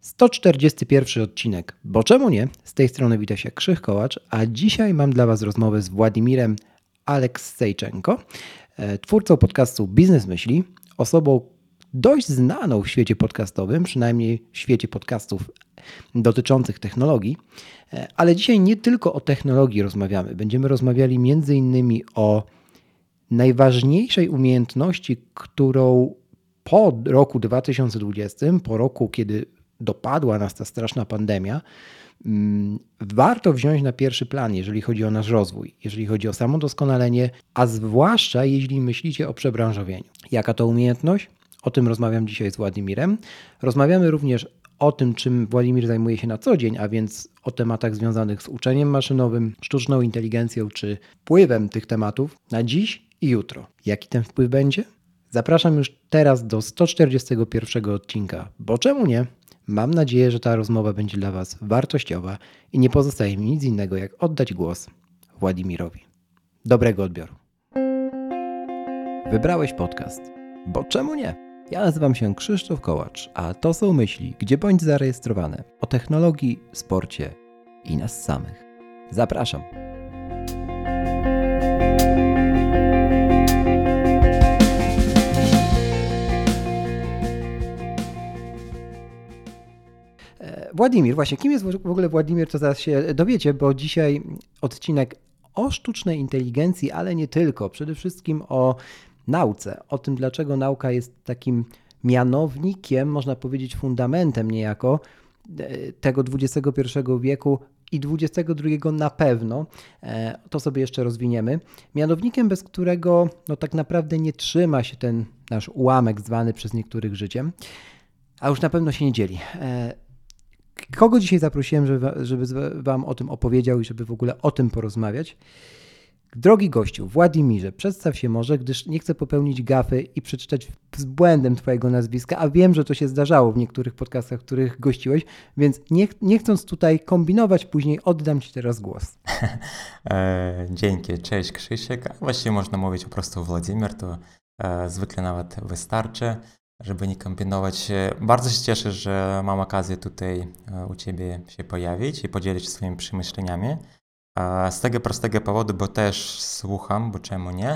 141 odcinek, bo czemu nie? Z tej strony wita się Krzysztof Kołacz, a dzisiaj mam dla Was rozmowę z Władimirem Aleksejczenko, twórcą podcastu Biznes Myśli, osobą dość znaną w świecie podcastowym, przynajmniej w świecie podcastów dotyczących technologii, ale dzisiaj nie tylko o technologii rozmawiamy. Będziemy rozmawiali m.in. o najważniejszej umiejętności, którą po roku 2020, po roku, kiedy dopadła nas ta straszna pandemia, warto wziąć na pierwszy plan, jeżeli chodzi o nasz rozwój, jeżeli chodzi o samodoskonalenie, a zwłaszcza jeśli myślicie o przebranżowieniu. Jaka to umiejętność? O tym rozmawiam dzisiaj z Władimirem. Rozmawiamy również o tym, czym Władimir zajmuje się na co dzień, a więc o tematach związanych z uczeniem maszynowym, sztuczną inteligencją czy wpływem tych tematów na dziś i jutro. Jaki ten wpływ będzie? Zapraszam już teraz do 141 odcinka, bo czemu nie? Mam nadzieję, że ta rozmowa będzie dla Was wartościowa i nie pozostaje mi nic innego, jak oddać głos Władimirowi. Dobrego odbioru. Wybrałeś podcast, bo czemu nie? Ja nazywam się Krzysztof Kołacz, a to są myśli, gdzie bądź zarejestrowane o technologii, sporcie i nas samych. Zapraszam. Władimir, właśnie, kim jest w ogóle Władimir, to zaraz się dowiecie, bo dzisiaj odcinek o sztucznej inteligencji, ale nie tylko. Przede wszystkim o nauce, o tym, dlaczego nauka jest takim mianownikiem, można powiedzieć fundamentem niejako tego XXI wieku i XXI na pewno. To sobie jeszcze rozwiniemy. Mianownikiem, bez którego tak naprawdę nie trzyma się ten nasz ułamek zwany przez niektórych życiem, a już na pewno się nie dzieli. Kogo dzisiaj zaprosiłem, żeby Wam o tym opowiedział i żeby w ogóle o tym porozmawiać? Drogi gościu, Władimirze, przedstaw się może, gdyż nie chcę popełnić gafy i przeczytać z błędem Twojego nazwiska, a wiem, że to się zdarzało w niektórych podcastach, w których gościłeś, więc nie chcąc tutaj kombinować, później oddam Ci teraz głos. Dzięki, cześć Krzysiek. Właściwie można mówić po prostu Władimir, to zwykle nawet wystarczy, żeby nie kombinować. Bardzo się cieszę, że mam okazję tutaj u Ciebie się pojawić i podzielić się swoimi przemyśleniami. Z tego prostego powodu, bo też słucham, bo czemu nie?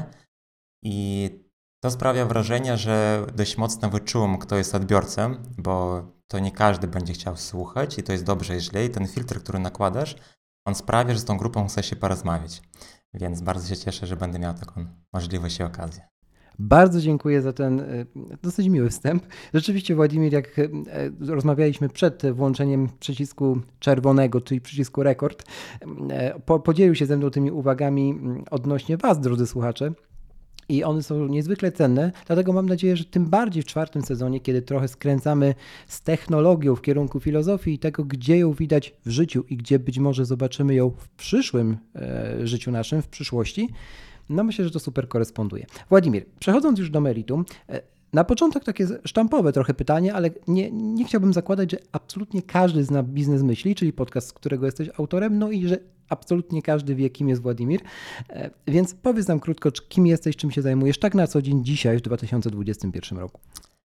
I to sprawia wrażenie, że dość mocno wyczułem, kto jest odbiorcą, bo to nie każdy będzie chciał słuchać i to jest dobrze i źle. I ten filtr, który nakładasz, on sprawia, że z tą grupą chce się porozmawiać. Więc bardzo się cieszę, że będę miał taką możliwość i okazję. Bardzo dziękuję za ten dosyć miły wstęp. Rzeczywiście, Władimir, jak rozmawialiśmy przed włączeniem przycisku czerwonego, czyli przycisku rekord, podzielił się ze mną tymi uwagami odnośnie Was, drodzy słuchacze. I one są niezwykle cenne, dlatego mam nadzieję, że tym bardziej w 4. sezonie, kiedy trochę skręcamy z technologią w kierunku filozofii i tego, gdzie ją widać w życiu i gdzie być może zobaczymy ją w przyszłym życiu naszym, w przyszłości, myślę, że to super koresponduje. Władimir, przechodząc już do meritum, na początek takie sztampowe trochę pytanie, ale nie chciałbym zakładać, że absolutnie każdy zna Biznes Myśli, czyli podcast, z którego jesteś autorem, i że absolutnie każdy wie, kim jest Władimir. Więc powiedz nam krótko, kim jesteś, czym się zajmujesz tak na co dzień dzisiaj w 2021 roku.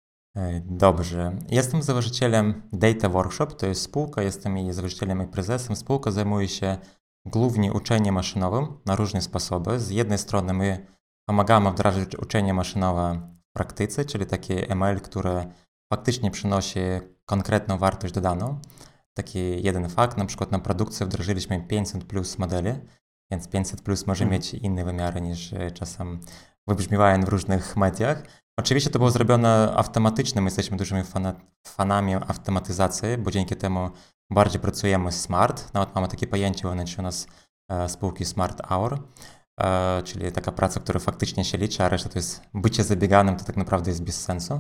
Dobrze. Jestem założycielem Data Workshop, to jest spółka, jestem jej założycielem i prezesem. Spółka zajmuje się głównie uczeniem maszynowym na różne sposoby. Z jednej strony my pomagamy wdrażać uczenie maszynowe w praktyce, czyli taki ML, który faktycznie przynosi konkretną wartość dodaną. Taki jeden fakt, na przykład na produkcję wdrożyliśmy 500 plus modeli, więc 500 plus może mieć inne wymiary niż czasem wybrzmiewają w różnych mediach. Oczywiście to było zrobione automatycznie, my jesteśmy dużymi fanami automatyzacji, bo dzięki temu bardziej pracujemy smart. Nawet mamy takie pojęcie wewnątrz u nas spółki Smart Hour, czyli taka praca, która faktycznie się liczy, a reszta to jest bycie zabieganym, to tak naprawdę jest bez sensu.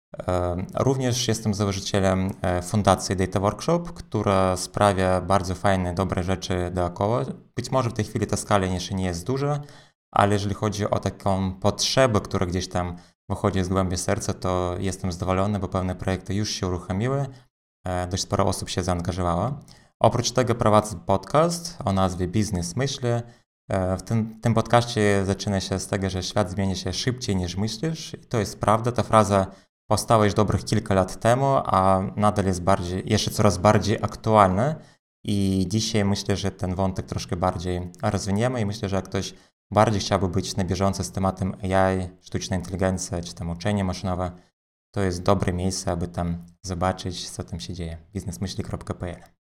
Również jestem założycielem fundacji Data Workshop, która sprawia bardzo fajne, dobre rzeczy dookoła. Być może w tej chwili ta skala jeszcze nie jest duża, ale jeżeli chodzi o taką potrzebę, która gdzieś tam wychodzi z głębi serca, to jestem zadowolony, bo pewne projekty już się uruchomiły. Dość sporo osób się zaangażowało. Oprócz tego prowadzę podcast o nazwie Biznes Myśli. W tym podcaście zaczyna się z tego, że świat zmienia się szybciej niż myślisz. I to jest prawda. Ta fraza powstało już dobrych kilka lat temu, a nadal jest jeszcze coraz bardziej aktualne i dzisiaj myślę, że ten wątek troszkę bardziej rozwiniemy i myślę, że jak ktoś bardziej chciałby być na bieżąco z tematem AI, sztuczna inteligencja czy tam uczenie maszynowe, to jest dobre miejsce, aby tam zobaczyć, co tam się dzieje. biznesmyśli.pl.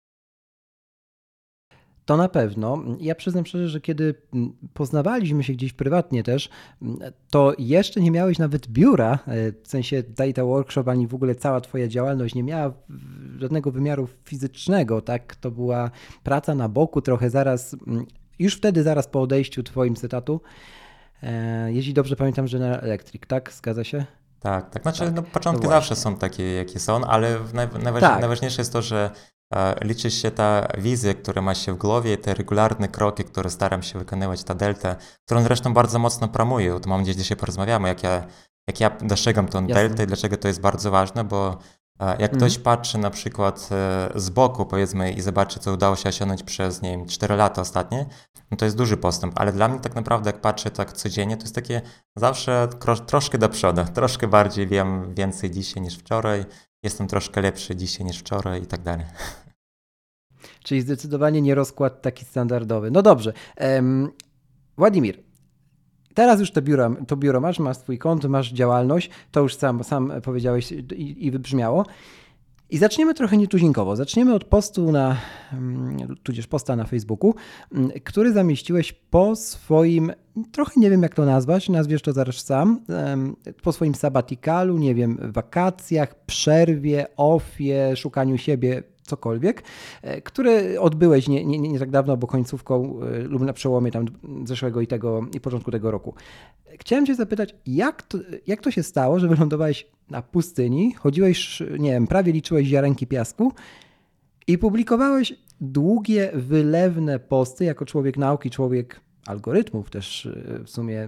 To na pewno. Ja przyznam szczerze, że kiedy poznawaliśmy się gdzieś prywatnie też, to jeszcze nie miałeś nawet biura, w sensie Data Workshop, ani w ogóle cała twoja działalność nie miała żadnego wymiaru fizycznego, tak? To była praca na boku, trochę już wtedy zaraz po odejściu twoim z etatu, jeśli dobrze pamiętam, że na Electric, tak? Zgadza się? Tak. Znaczy, Tak. no, początki No zawsze są takie, jakie są, ale najważniejsze jest to, że liczy się ta wizja, która ma się w głowie, te regularne kroki, które staram się wykonywać, ta delta, którą zresztą bardzo mocno promuję. To mam nadzieję, że dzisiaj porozmawiamy, jak ja dostrzegam tą deltę i dlaczego to jest bardzo ważne, bo jak ktoś patrzy na przykład z boku, powiedzmy, i zobaczy, co udało się osiągnąć przez, nie wiem, 4 lata ostatnie, no to jest duży postęp, ale dla mnie tak naprawdę, jak patrzę tak codziennie, to jest takie zawsze troszkę do przodu, troszkę bardziej wiem więcej dzisiaj niż wczoraj, jestem troszkę lepszy dzisiaj niż wczoraj i tak dalej. Czyli zdecydowanie nie rozkład taki standardowy. No dobrze. Władimir, teraz już to biuro masz swój kont, masz działalność, to już sam powiedziałeś i wybrzmiało. I zaczniemy trochę nietuzinkowo. Zaczniemy od tudzież posta na Facebooku, który zamieściłeś po swoim, trochę nie wiem jak to nazwiesz to zaraz sam, po swoim sabbaticalu, nie wiem, wakacjach, przerwie, offie, szukaniu siebie, cokolwiek, które odbyłeś nie tak dawno, bo końcówką lub na przełomie tam zeszłego i początku tego roku. Chciałem cię zapytać, jak to się stało, że wylądowałeś na pustyni, chodziłeś, nie wiem, prawie liczyłeś ziarenki piasku i publikowałeś długie, wylewne posty jako człowiek nauki, człowiek algorytmów też w sumie,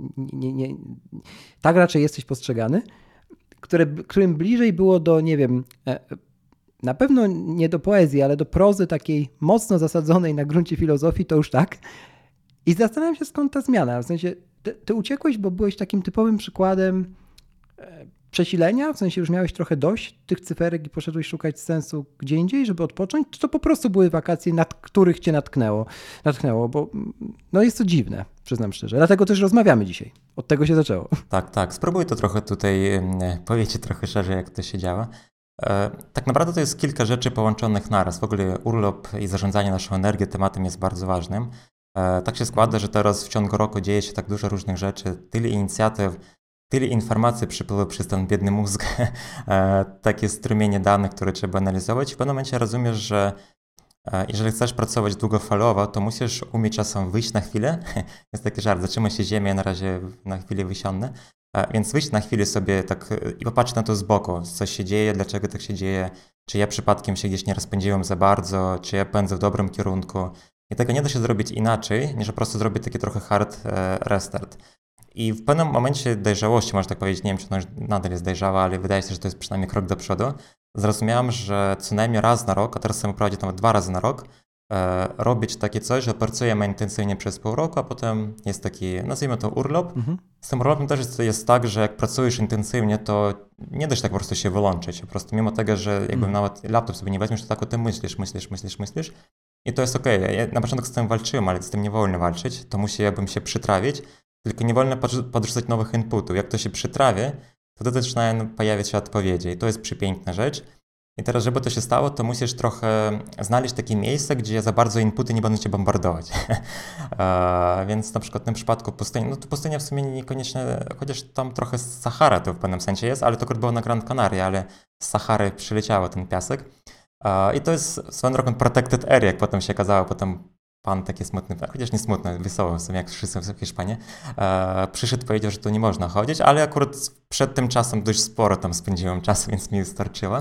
tak raczej jesteś postrzegany, którym bliżej było do, nie wiem, na pewno nie do poezji, ale do prozy takiej mocno zasadzonej na gruncie filozofii, to już tak. I zastanawiam się, skąd ta zmiana. W sensie, ty uciekłeś, bo byłeś takim typowym przykładem przesilenia, w sensie już miałeś trochę dość tych cyferek i poszedłeś szukać sensu gdzie indziej, żeby odpocząć, czy to po prostu były wakacje, nad których cię natchnęło, bo no jest to dziwne, przyznam szczerze. Dlatego też rozmawiamy dzisiaj. Od tego się zaczęło. Tak. Spróbuj to trochę tutaj powiedzieć trochę szerzej, jak to się działa. Tak naprawdę to jest kilka rzeczy połączonych naraz. W ogóle urlop i zarządzanie naszą energią tematem jest bardzo ważnym. Tak się składa, że teraz w ciągu roku dzieje się tak dużo różnych rzeczy, tyle inicjatyw, tyle informacji przypływa przez ten biedny mózg, takie strumienie danych, które trzeba analizować. W pewnym momencie rozumiesz, że jeżeli chcesz pracować długofalowo, to musisz umieć czasem wyjść na chwilę. Jest taki żart, zatrzyma się ziemię, na razie na chwilę wysiądę. Więc wyjść na chwilę sobie tak i popatrz na to z boku, co się dzieje, dlaczego tak się dzieje, czy ja przypadkiem się gdzieś nie rozpędziłem za bardzo, czy ja pędzę w dobrym kierunku. I tego nie da się zrobić inaczej, niż po prostu zrobić taki trochę hard restart. I w pewnym momencie dojrzałości, można tak powiedzieć, nie wiem, czy ona już nadal jest dojrzała, ale wydaje się, że to jest przynajmniej krok do przodu, zrozumiałem, że co najmniej raz na rok, a teraz chcę prowadzić nawet 2 razy na rok, robić takie coś, że pracujemy intensywnie przez pół roku, a potem jest taki, nazwijmy to urlop. Z tym urlopem też jest tak, że jak pracujesz intensywnie, to nie da się tak po prostu się wyłączyć. Po prostu mimo tego, że jakby nawet laptop sobie nie weźmiesz, to tak o tym myślisz. I to jest okej. Ja na początku z tym walczyłem, ale z tym nie wolno walczyć. To musiałbym się przytrawić, tylko nie wolno podrzucać nowych inputów. Jak to się przytrawi, to wtedy zaczynają pojawiać się odpowiedzi. I to jest przepiękna rzecz. I teraz, żeby to się stało, to musisz trochę znaleźć takie miejsce, gdzie za bardzo inputy nie będą cię bombardować. Więc na przykład w tym przypadku pustyni, no to pustynia w sumie niekoniecznie, chociaż tam trochę z Sahara to w pewnym sensie jest, ale to akurat było na Gran Canaria, ale z Sahary przyleciało ten piasek. I to jest swoją drogą protected area, jak potem się okazało, potem pan taki smutny, chociaż nie smutny, wesoły w sumie, jak wszyscy w Hiszpanii, przyszedł, powiedział, że tu nie można chodzić, ale akurat przed tym czasem dość sporo tam spędziłem czasu, więc mi wystarczyło.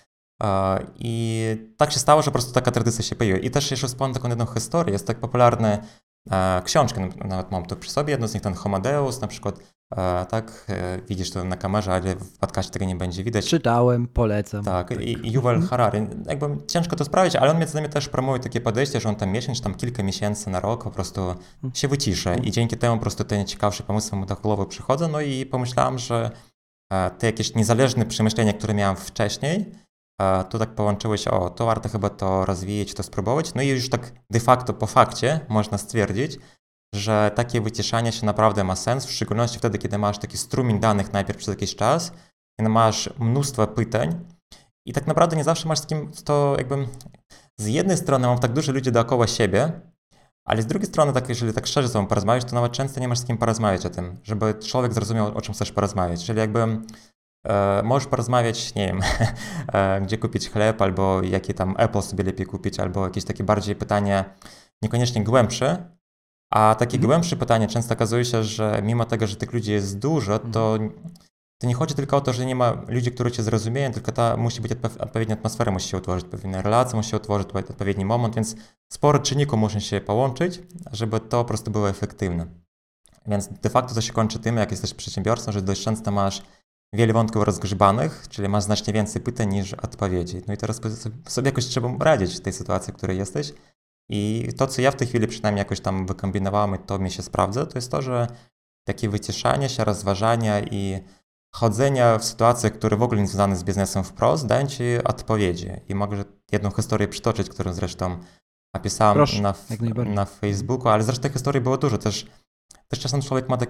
I tak się stało, że po prostu taka tradycja się pojawiła. I też jeszcze wspomnę taką jedną historię. Jest tak popularne książki, nawet mam tu przy sobie, jedno z nich ten Homo Deus, na przykład, tak, widzisz to na kamerze, ale w podcaście tego nie będzie widać. Czytałem, polecam. Tak, i Yuval Harari, jakby ciężko to sprawić, ale on między innymi też promuje takie podejście, że on tam miesiąc, tam kilka miesięcy na rok po prostu się wycisza i dzięki temu po prostu te nieciekawsze pomysły mu do głowy przychodzą, no i pomyślałem, że te jakieś niezależne przemyślenia, które miałem wcześniej, tu tak połączyły się, to warto chyba to rozwijać, to spróbować. No i już tak de facto po fakcie można stwierdzić, że takie wyciszanie się naprawdę ma sens, w szczególności wtedy, kiedy masz taki strumień danych najpierw przez jakiś czas, kiedy masz mnóstwo pytań i tak naprawdę nie zawsze masz z kim to jakby... Z jednej strony mam tak dużo ludzi dookoła siebie, ale z drugiej strony, tak, jeżeli tak szczerze z sobą porozmawiać, to nawet często nie masz z kim porozmawiać o tym, żeby człowiek zrozumiał, o czym chcesz porozmawiać. Czyli jakby możesz porozmawiać, nie wiem, gdzie kupić chleb, albo jakie tam Apple sobie lepiej kupić, albo jakieś takie bardziej pytanie niekoniecznie głębsze, a takie głębsze pytanie często okazuje się, że mimo tego, że tych ludzi jest dużo, to nie chodzi tylko o to, że nie ma ludzi, którzy cię zrozumieją, tylko musi być odpowiednia atmosfera, musi się utworzyć, pewna relacja musi się utworzyć, odpowiedni moment, więc sporo czynników musi się połączyć, żeby to po prostu było efektywne. Więc de facto to się kończy tym, jak jesteś przedsiębiorcą, że dość często masz wiele wątków rozgrzebanych, czyli masz znacznie więcej pytań niż odpowiedzi. No i teraz sobie jakoś trzeba radzić w tej sytuacji, w której jesteś. I to, co ja w tej chwili przynajmniej jakoś tam wykombinowałem i to mi się sprawdza, to jest to, że takie wyciszanie się, rozważania i chodzenia w sytuacjach, które w ogóle nie związane z biznesem wprost, dają ci odpowiedzi. I mogę jedną historię przytoczyć, którą zresztą napisałem na Facebooku, ale zresztą tych historii było dużo. Też czasem człowiek ma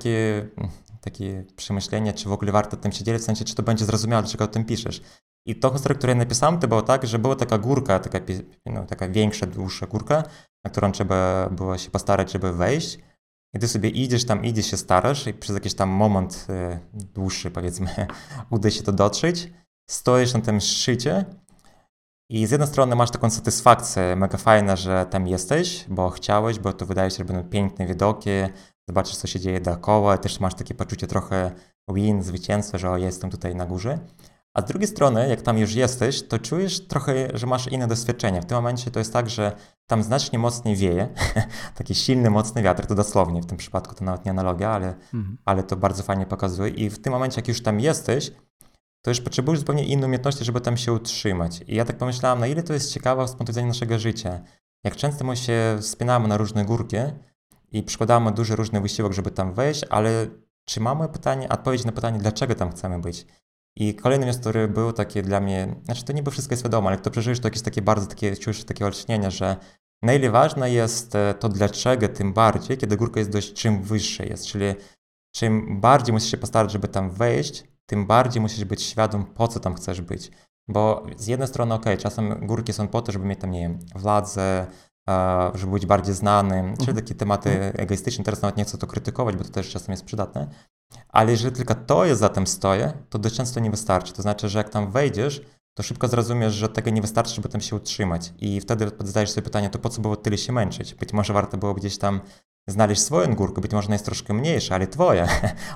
takie przemyślenie, czy w ogóle warto tym się dzielić, w sensie, czy to będzie zrozumiałe, dlaczego o tym piszesz. I tą historię, którą ja napisałem, to było tak, że była taka górka, taka większa, dłuższa górka, na którą trzeba było się postarać, żeby wejść. I ty sobie idziesz, się starasz i przez jakiś tam moment dłuższy, powiedzmy, uda się to dotrzeć. Stoisz na tym szczycie i z jednej strony masz taką satysfakcję mega fajna, że tam jesteś, bo chciałeś, bo to wydaje się, że będą piękne widoki, zobaczysz, co się dzieje dookoła, też masz takie poczucie trochę zwycięstwa, że jestem tutaj na górze. A z drugiej strony, jak tam już jesteś, to czujesz trochę, że masz inne doświadczenie. W tym momencie to jest tak, że tam znacznie mocniej wieje, taki silny, mocny wiatr, to dosłownie, w tym przypadku to nawet nie analogia, ale to bardzo fajnie pokazuje. I w tym momencie, jak już tam jesteś, to już potrzebujesz zupełnie inne umiejętności, żeby tam się utrzymać. I ja tak pomyślałem, na ile to jest ciekawe z punktu widzenia naszego życia. Jak często my się wspinamy na różne górki i przykładamy duży różny wysiłek, żeby tam wejść, ale czy mamy odpowiedź na pytanie, dlaczego tam chcemy być? I kolejny wniosek, który był taki dla mnie, to niby wszystko jest wiadomo, ale jak to przeżyjesz, to jakieś czujesz takie olśnienie, że na ile ważne jest to dlaczego, tym bardziej, kiedy górka jest czym wyższa jest, czyli czym bardziej musisz się postarać, żeby tam wejść, tym bardziej musisz być świadom, po co tam chcesz być. Bo z jednej strony, czasem górki są po to, żeby mieć tam, nie wiem, władzę, żeby być bardziej znanym, czyli takie tematy egoistyczne, teraz nawet nie chcę to krytykować, bo to też czasem jest przydatne, ale jeżeli tylko to jest za tym stoję, to dość często nie wystarczy. To znaczy, że jak tam wejdziesz, to szybko zrozumiesz, że tego nie wystarczy, żeby tam się utrzymać. I wtedy zadajesz sobie pytanie, to po co było tyle się męczyć? Być może warto było gdzieś tam znaleźć swoją górkę, być może ona jest troszkę mniejsza, ale twoja.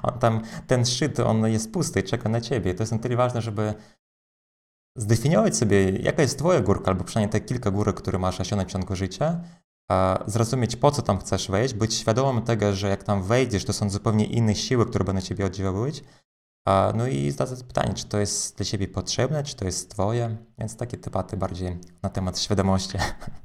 Ten szczyt, on jest pusty i czeka na ciebie. To jest na tyle ważne, żeby zdefiniować sobie, jaka jest twoja górka, albo przynajmniej te kilka górek, które masz osiągnąć w ciągu życia, zrozumieć, po co tam chcesz wejść, być świadomym tego, że jak tam wejdziesz, to są zupełnie inne siły, które będą ciebie oddziaływać. No i zadać pytanie, czy to jest dla ciebie potrzebne, czy to jest twoje, więc takie tematy bardziej na temat świadomości.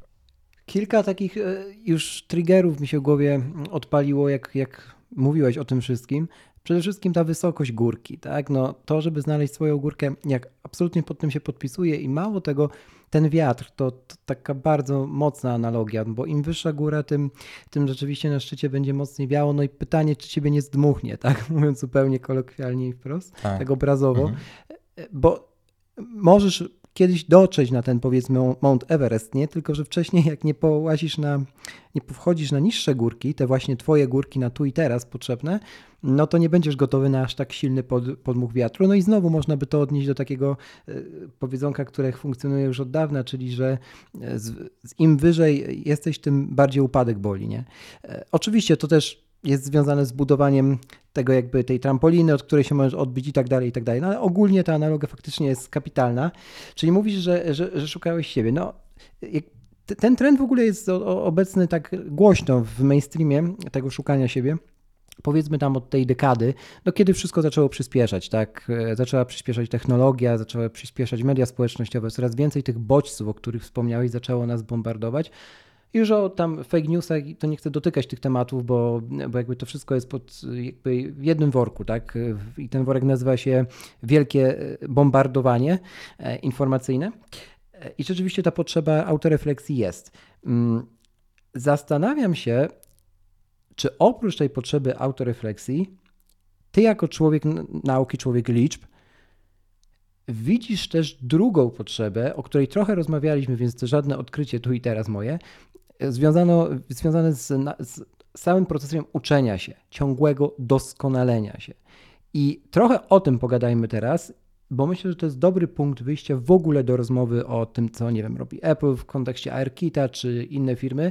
Kilka takich już triggerów mi się w głowie odpaliło, jak mówiłeś o tym wszystkim. Przede wszystkim ta wysokość górki, tak? No, to, żeby znaleźć swoją górkę, jak absolutnie pod tym się podpisuję i mało tego, ten wiatr to taka bardzo mocna analogia, bo im wyższa góra, tym rzeczywiście na szczycie będzie mocniej wiało. No i pytanie, czy ciebie nie zdmuchnie, tak? Mówiąc zupełnie kolokwialnie i wprost, tak obrazowo, bo możesz kiedyś dotrzeć na ten, powiedzmy, Mount Everest, nie? Tylko że wcześniej jak nie wchodzisz na niższe górki, te właśnie twoje górki na tu i teraz potrzebne, no to nie będziesz gotowy na aż tak silny podmuch wiatru. No i znowu można by to odnieść do takiego powiedzonka, które funkcjonuje już od dawna, czyli że im wyżej jesteś, tym bardziej upadek boli, nie? Oczywiście to też jest związane z budowaniem tego jakby tej trampoliny, od której się możesz odbić i tak dalej, no ale ogólnie ta analogia faktycznie jest kapitalna. Czyli mówisz, że szukałeś siebie. No, ten trend w ogóle jest obecny tak głośno w mainstreamie tego szukania siebie. Powiedzmy tam od tej dekady, no kiedy wszystko zaczęło przyspieszać, tak? Zaczęła przyspieszać technologia, zaczęły przyspieszać media społecznościowe, coraz więcej tych bodźców, o których wspomniałeś, zaczęło nas bombardować. Już o tam fake newsach to nie chcę dotykać tych tematów, bo jakby to wszystko jest pod jakby w jednym worku, tak? I ten worek nazywa się wielkie bombardowanie informacyjne. I rzeczywiście ta potrzeba autorefleksji jest. Zastanawiam się, czy oprócz tej potrzeby autorefleksji, ty jako człowiek nauki, człowiek liczb, widzisz też drugą potrzebę, o której trochę rozmawialiśmy, więc to żadne odkrycie tu i teraz moje, związane z samym procesem uczenia się, ciągłego doskonalenia się. I trochę o tym pogadajmy teraz, bo myślę, że to jest dobry punkt wyjścia w ogóle do rozmowy o tym, co, nie wiem, robi Apple w kontekście ARKita czy inne firmy.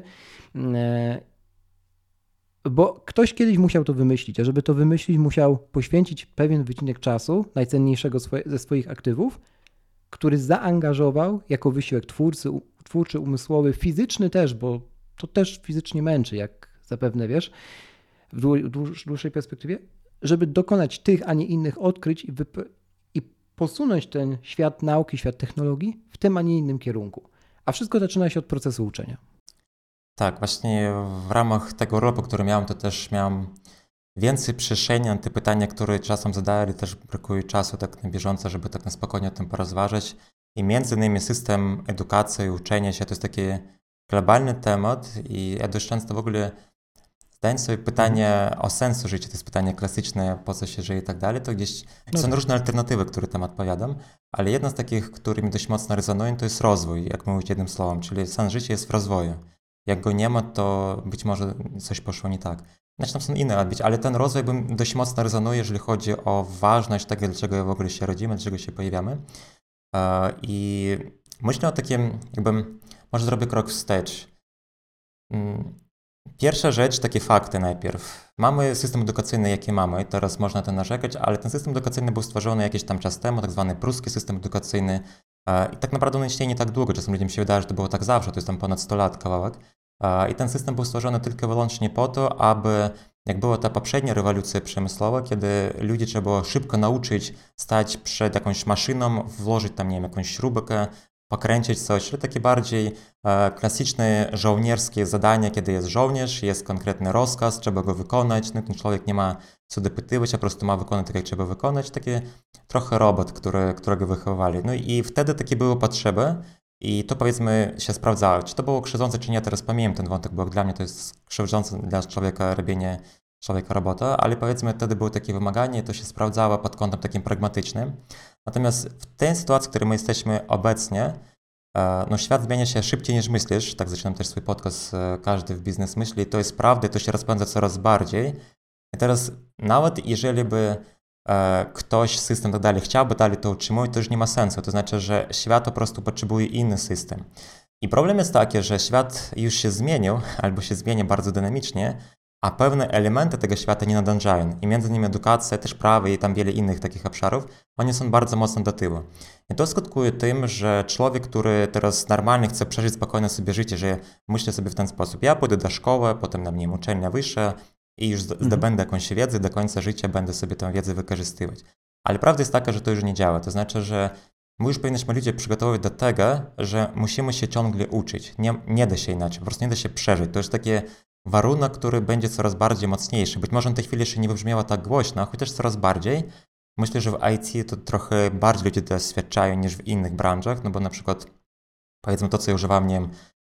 Bo ktoś kiedyś musiał to wymyślić, a żeby to wymyślić, musiał poświęcić pewien wycinek czasu, najcenniejszego ze swoich aktywów, który zaangażował jako wysiłek twórczy, umysłowy, fizyczny też, bo to też fizycznie męczy, jak zapewne wiesz, w dłuższej perspektywie, żeby dokonać tych, a nie innych odkryć i posunąć ten świat nauki, świat technologii w tym, a nie innym kierunku. A wszystko zaczyna się od procesu uczenia. Tak, właśnie w ramach tego urlopu, który miałem, to też miałem więcej przestrzeni na te pytania, które czasem zadaję, ale też brakuje czasu tak na bieżąco, żeby tak na spokojnie o tym porozważać. I między innymi system edukacji i uczenia się to jest taki globalny temat i ja dość często w ogóle zdaję sobie pytanie o sensu życia, to jest pytanie klasyczne, po co się żyje i tak dalej, to gdzieś są różne alternatywy, które tam odpowiadam, ale jedna z takich, które mi dość mocno rezonują, to jest rozwój, jak mówić jednym słowem, czyli sens życia jest w rozwoju. Jak go nie ma, to być może coś poszło nie tak. Znaczy tam są inne odbić, ale ten rozwój dość mocno rezonuje, jeżeli chodzi o ważność tego, dlaczego w ogóle się rodzimy, dlaczego się pojawiamy. I myślę o takim, może zrobię krok wstecz. Pierwsza rzecz, takie fakty najpierw. Mamy system edukacyjny, jaki mamy, teraz można na to narzekać, ale ten system edukacyjny był stworzony jakiś tam czas temu, tak zwany pruski system edukacyjny. I tak naprawdę on istnieje nie tak długo, czasem ludziom się wydaje, że to było tak zawsze, to jest tam ponad 100 lat kawałek. I ten system był stworzony tylko i wyłącznie po to, aby jak była ta poprzednia rewolucja przemysłowa, kiedy ludzi trzeba było szybko nauczyć stać przed jakąś maszyną, włożyć tam, nie wiem, jakąś śrubkę, pokręcić coś, czyli takie bardziej klasyczne żołnierskie zadania, kiedy jest żołnierz, jest konkretny rozkaz, trzeba go wykonać, no ten człowiek nie ma co dopytywać, a po prostu ma wykonać tak, jak trzeba wykonać, taki trochę robot, którego wychowywali. No i wtedy takie były potrzeby i to powiedzmy się sprawdzało. Czy to było krzywdzące, czy nie, teraz pomijam ten wątek, bo dla mnie to jest krzywdzące dla człowieka robienie człowieka robota, ale powiedzmy wtedy były takie wymagania i to się sprawdzało pod kątem takim pragmatycznym. Natomiast w tej sytuacji, w której my jesteśmy obecnie, no świat zmienia się szybciej niż myślisz, tak zaczynam też swój podcast, każdy w biznes myśli, to jest prawda, to się rozpędza coraz bardziej. I teraz nawet jeżeli by ktoś system tak dalej chciałby dalej to utrzymywać, to już nie ma sensu, to znaczy, że świat po prostu potrzebuje inny system. I problem jest taki, że świat już się zmienił, albo się zmienia bardzo dynamicznie, a pewne elementy tego świata nie nadążają. I między innymi edukacja, też prawo i tam wiele innych takich obszarów, one są bardzo mocno do tyłu. I to skutkuje tym, że człowiek, który teraz normalnie chce przeżyć spokojne sobie życie, że myśli sobie w ten sposób, ja pójdę do szkoły, potem na mnie uczelnia wyższa i już zdobędę jakąś wiedzę, do końca życia będę sobie tę wiedzę wykorzystywać. Ale prawda jest taka, że to już nie działa. To znaczy, że my już powinniśmy ludzie przygotować do tego, że musimy się ciągle uczyć. Nie da się inaczej, po prostu nie da się przeżyć. To jest takie warunek, który będzie coraz bardziej mocniejszy. Być może w tej chwili jeszcze nie wybrzmiała tak głośno, chociaż coraz bardziej. Myślę, że w IT to trochę bardziej ludzie doświadczają niż w innych branżach, no bo na przykład powiedzmy to, co ja używam, nie wiem,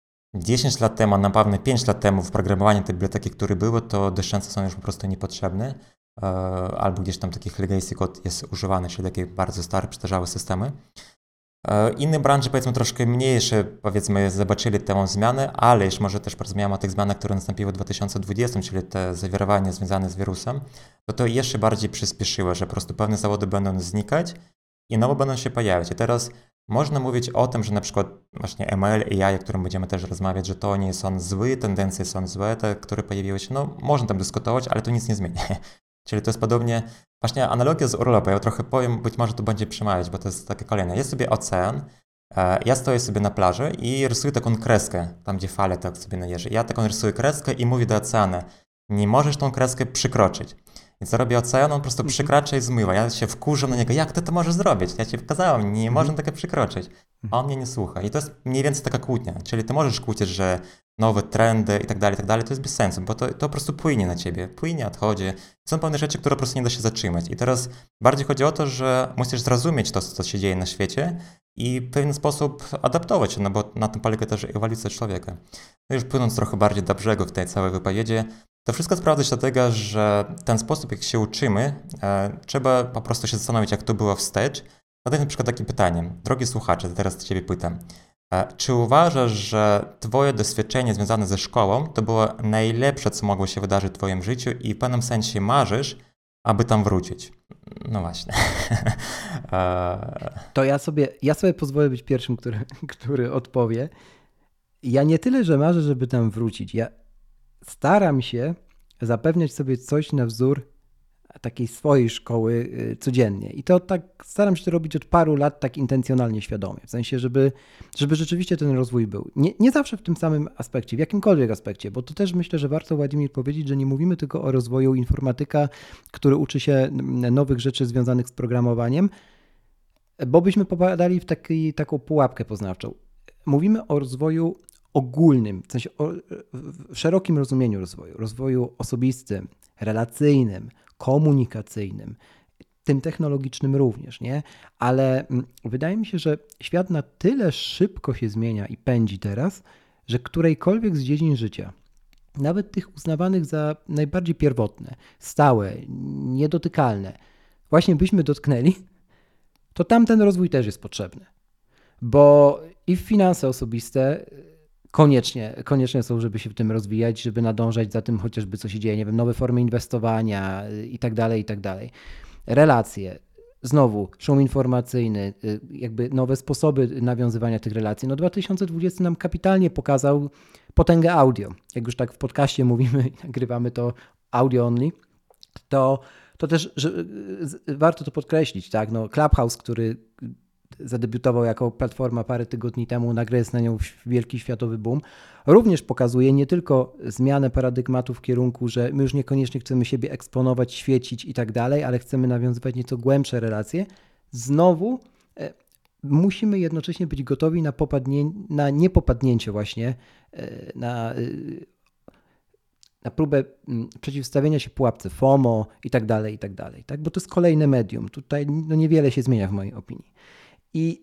10 lat temu, a na pewno 5 lat temu w programowaniu te biblioteki, które były, to dość często są już po prostu niepotrzebne. Albo gdzieś tam takich legacy code jest używany, czyli takie bardzo stare, przestarzałe systemy. Inne branże, powiedzmy, troszkę mniejsze, powiedzmy, zobaczyli tę zmianę, ale już może też porozmawiamy o tych zmianach, które nastąpiły w 2020, czyli te zawirowania związane z wirusem, to jeszcze bardziej przyspieszyło, że po prostu pewne zawody będą znikać i nowe będą się pojawiać. I teraz można mówić o tym, że na przykład właśnie ML, AI, o którym będziemy też rozmawiać, że to nie są złe, tendencje są złe, te, które pojawiły się, no można tam dyskutować, ale to nic nie zmienia. Czyli to jest podobnie, właśnie analogia z urlopem, ja trochę powiem, być może to będzie przemawiać, bo to jest takie kolejne. Jest sobie ocean, ja stoję sobie na plaży i rysuję taką kreskę, tam gdzie fale tak sobie najeżdżą. Ja taką rysuję kreskę i mówię do oceanu, nie możesz tą kreskę przekroczyć. I co robi ocean? On po prostu przekracza i zmywa. Ja się wkurzę na niego, jak ty to możesz zrobić? Ja ci pokazałem, nie można tego przekroczyć. A on mnie nie słucha. I to jest mniej więcej taka kłótnia. Czyli ty możesz kłócić, że nowe trendy i tak dalej, to jest bez sensu, bo to po prostu płynie na ciebie, płynie, odchodzi. Są pewne rzeczy, które po prostu nie da się zatrzymać. I teraz bardziej chodzi o to, że musisz zrozumieć to, co się dzieje na świecie i w pewien sposób adaptować się, no bo na tym polega też ewolucja człowieka. No już płynąc trochę bardziej do brzegu w tej całej wypowiedzi, to wszystko sprawdza się dlatego, że ten sposób, jak się uczymy, trzeba po prostu się zastanowić, jak to było wstecz. Zadaj na przykład takie pytanie. Drogi słuchacze, teraz ciebie pytam. Czy uważasz, że twoje doświadczenie związane ze szkołą to było najlepsze, co mogło się wydarzyć w twoim życiu i w pewnym sensie marzysz, aby tam wrócić? No właśnie. To ja sobie pozwolę być pierwszym, który odpowie. Ja nie tyle, że marzę, żeby tam wrócić. Ja staram się zapewniać sobie coś na wzór takiej swojej szkoły codziennie. I to tak staram się to robić od paru lat tak intencjonalnie, świadomie. W sensie, żeby rzeczywiście ten rozwój był. Nie zawsze w tym samym aspekcie, w jakimkolwiek aspekcie, bo to też myślę, że warto, Władimir, powiedzieć, że nie mówimy tylko o rozwoju informatyka, który uczy się nowych rzeczy związanych z programowaniem, bo byśmy popadali w taką pułapkę poznawczą. Mówimy o rozwoju ogólnym, w sensie w szerokim rozumieniu rozwoju osobistym, relacyjnym, komunikacyjnym, tym technologicznym również, nie? Ale wydaje mi się, że świat na tyle szybko się zmienia i pędzi teraz, że którejkolwiek z dziedzin życia, nawet tych uznawanych za najbardziej pierwotne, stałe, niedotykalne, właśnie byśmy dotknęli, to tamten rozwój też jest potrzebny. Bo i finanse osobiste koniecznie są, żeby się w tym rozwijać, żeby nadążać za tym chociażby, co się dzieje, nie wiem, nowe formy inwestowania i tak dalej. Relacje, znowu szum informacyjny, jakby nowe sposoby nawiązywania tych relacji. No 2020 nam kapitalnie pokazał potęgę audio. Jak już tak w podcaście mówimy i nagrywamy to audio only, to też warto to podkreślić, tak? No Clubhouse, który zadebiutował jako platforma parę tygodni temu, nagle jest na nią wielki światowy boom, również pokazuje nie tylko zmianę paradygmatu w kierunku, że my już niekoniecznie chcemy siebie eksponować, świecić i tak dalej, ale chcemy nawiązywać nieco głębsze relacje. Znowu musimy jednocześnie być gotowi na niepopadnięcie właśnie, na próbę przeciwstawienia się pułapce FOMO i tak dalej, tak? Bo to jest kolejne medium. Tutaj no niewiele się zmienia w mojej opinii. I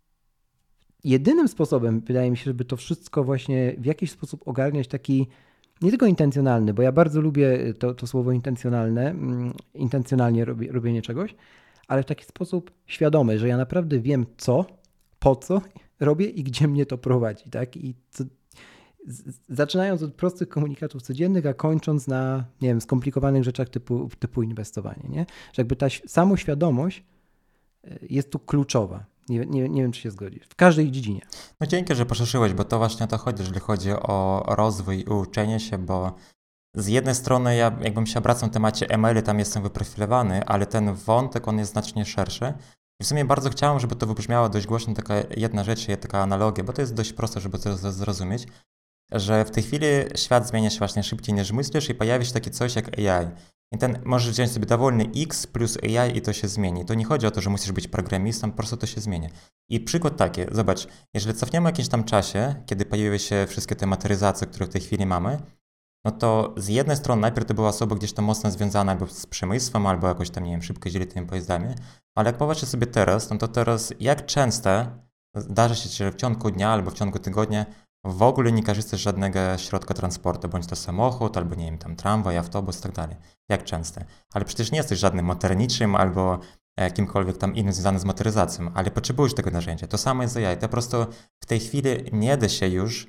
jedynym sposobem, wydaje mi się, żeby to wszystko właśnie w jakiś sposób ogarniać, taki nie tylko intencjonalny, bo ja bardzo lubię to słowo intencjonalnie robienie czegoś, ale w taki sposób świadomy, że ja naprawdę wiem po co robię i gdzie mnie to prowadzi, tak? I zaczynając od prostych komunikatów codziennych, a kończąc na, nie wiem, skomplikowanych rzeczach typu inwestowanie, nie? Że jakby ta samoświadomość jest tu kluczowa. Nie wiem, czy się zgodzisz. W każdej dziedzinie. No dzięki, że poszerzyłeś, bo to właśnie o to chodzi, jeżeli chodzi o rozwój i uczenie się, bo z jednej strony ja jakbym się obracał w temacie ML, tam jestem wyprofilowany, ale ten wątek, on jest znacznie szerszy. I w sumie bardzo chciałem, żeby to wybrzmiało dość głośno, taka jedna rzecz, taka analogia, bo to jest dość proste, żeby to zrozumieć, że w tej chwili świat zmienia się właśnie szybciej niż myślisz i pojawi się takie coś jak AI. I możesz wziąć sobie dowolny X plus AI i to się zmieni. To nie chodzi o to, że musisz być programistą, po prostu to się zmieni. I przykład taki, zobacz, jeżeli cofniemy jakimś tam czasie, kiedy pojawiły się wszystkie te materializacje, które w tej chwili mamy, no to z jednej strony najpierw to była osoba gdzieś tam mocno związana albo z przemysłem, albo jakoś tam, nie wiem, szybko jeździli tymi pojazdami, ale jak popatrzę sobie teraz, no to teraz jak często zdarza się, że w ciągu dnia albo w ciągu tygodnia w ogóle nie korzystasz z żadnego środka transportu, bądź to samochód, albo nie wiem, tam tramwaj, autobus i tak dalej. Jak często? Ale przecież nie jesteś żadnym motorniczym albo kimkolwiek tam innym związanym z motoryzacją, ale potrzebujesz tego narzędzia. To samo jest z AI. To po prostu w tej chwili nie da się już,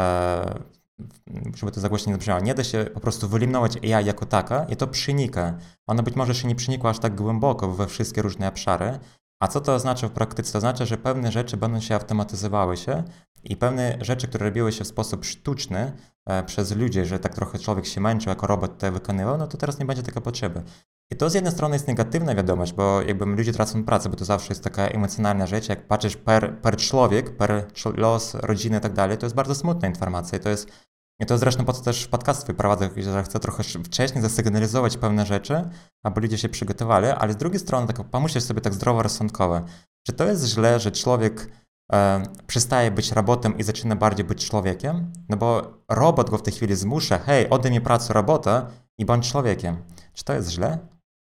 żeby to zagłośnie nie zabrzmiało, nie da się po prostu wyeliminować AI jako taka i to przenika. Ona być może się nie przenikła aż tak głęboko we wszystkie różne obszary. A co to oznacza w praktyce? To oznacza, że pewne rzeczy będą się automatyzowały i pewne rzeczy, które robiły się w sposób sztuczny przez ludzi, że tak trochę człowiek się męczył, jako robot to wykonywał, no to teraz nie będzie takiej potrzeby. I to z jednej strony jest negatywna wiadomość, bo jakby ludzie tracą pracę, bo to zawsze jest taka emocjonalna rzecz, jak patrzysz per człowiek, per los, rodziny i tak dalej, to jest bardzo smutna informacja. I to zresztą po co też podcast swój prowadzę, że chcę trochę wcześniej zasygnalizować pewne rzeczy, aby ludzie się przygotowali, ale z drugiej strony tak pomyśleć sobie tak zdroworozsądkowo, czy to jest źle, że człowiek przestaje być robotem i zaczyna bardziej być człowiekiem, no bo robot go w tej chwili zmusza, hej, oddaj mi pracę robota i bądź człowiekiem. Czy to jest źle?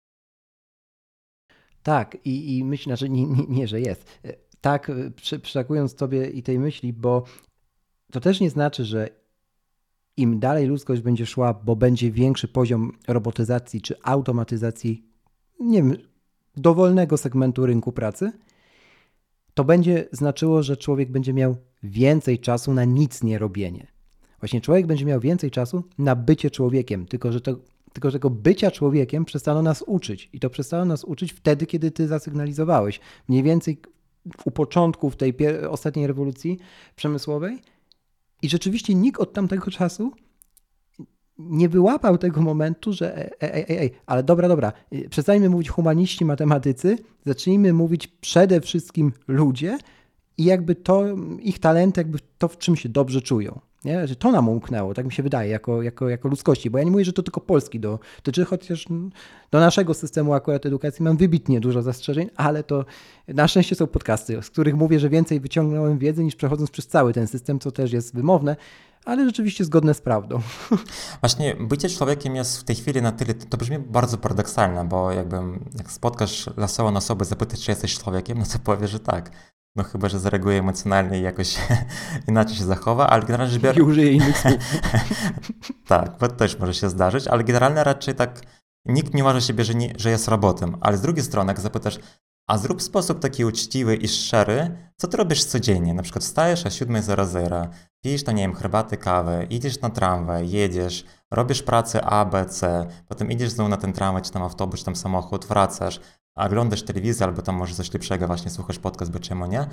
Tak, i myślę, że nie, że jest. Tak, przytakując tobie i tej myśli, bo to też nie znaczy, że im dalej ludzkość będzie szła, bo będzie większy poziom robotyzacji czy automatyzacji, nie wiem, dowolnego segmentu rynku pracy, to będzie znaczyło, że człowiek będzie miał więcej czasu na nic nie robienie. Właśnie człowiek będzie miał więcej czasu na bycie człowiekiem, tylko że tego bycia człowiekiem przestano nas uczyć. I to przestano nas uczyć wtedy, kiedy ty zasygnalizowałeś. Mniej więcej u początków tej ostatniej rewolucji przemysłowej. I rzeczywiście nikt od tamtego czasu nie wyłapał tego momentu, że ale dobra, przestańmy mówić humaniści, matematycy, zacznijmy mówić przede wszystkim ludzie i jakby to, ich talent, jakby to, w czym się dobrze czują. Nie? Że to nam umknęło, tak mi się wydaje, jako ludzkości. Bo ja nie mówię, że to tylko Polski dotyczy, chociaż do naszego systemu akurat edukacji mam wybitnie dużo zastrzeżeń, ale to na szczęście są podcasty, z których mówię, że więcej wyciągnąłem wiedzy niż przechodząc przez cały ten system, co też jest wymowne, ale rzeczywiście zgodne z prawdą. Właśnie bycie człowiekiem jest w tej chwili na tyle, to brzmi bardzo paradoksalne, bo jak spotkasz losową osobę, zapytasz, czy jesteś człowiekiem, no to powie, że tak. No chyba, że zareaguje emocjonalnie i jakoś inaczej się zachowa, ale generalnie rzecz biorąc... I użyje innych słów. Tak, to też może się zdarzyć, ale generalnie raczej tak nikt nie uważa siebie, że jest robotem. Ale z drugiej strony, jak zapytasz, a zrób w sposób taki uczciwy i szczery, co ty robisz codziennie? Na przykład wstajesz o 7:00, pijesz tam, nie wiem, herbatę, kawę, idziesz na tramwaj, jedziesz, robisz pracę A, B, C, potem idziesz znowu na ten tramwaj, czy tam autobus, czy tam samochód, wracasz, oglądasz telewizję, albo tam może coś lepszego, właśnie słuchasz podcast, bo czemu nie?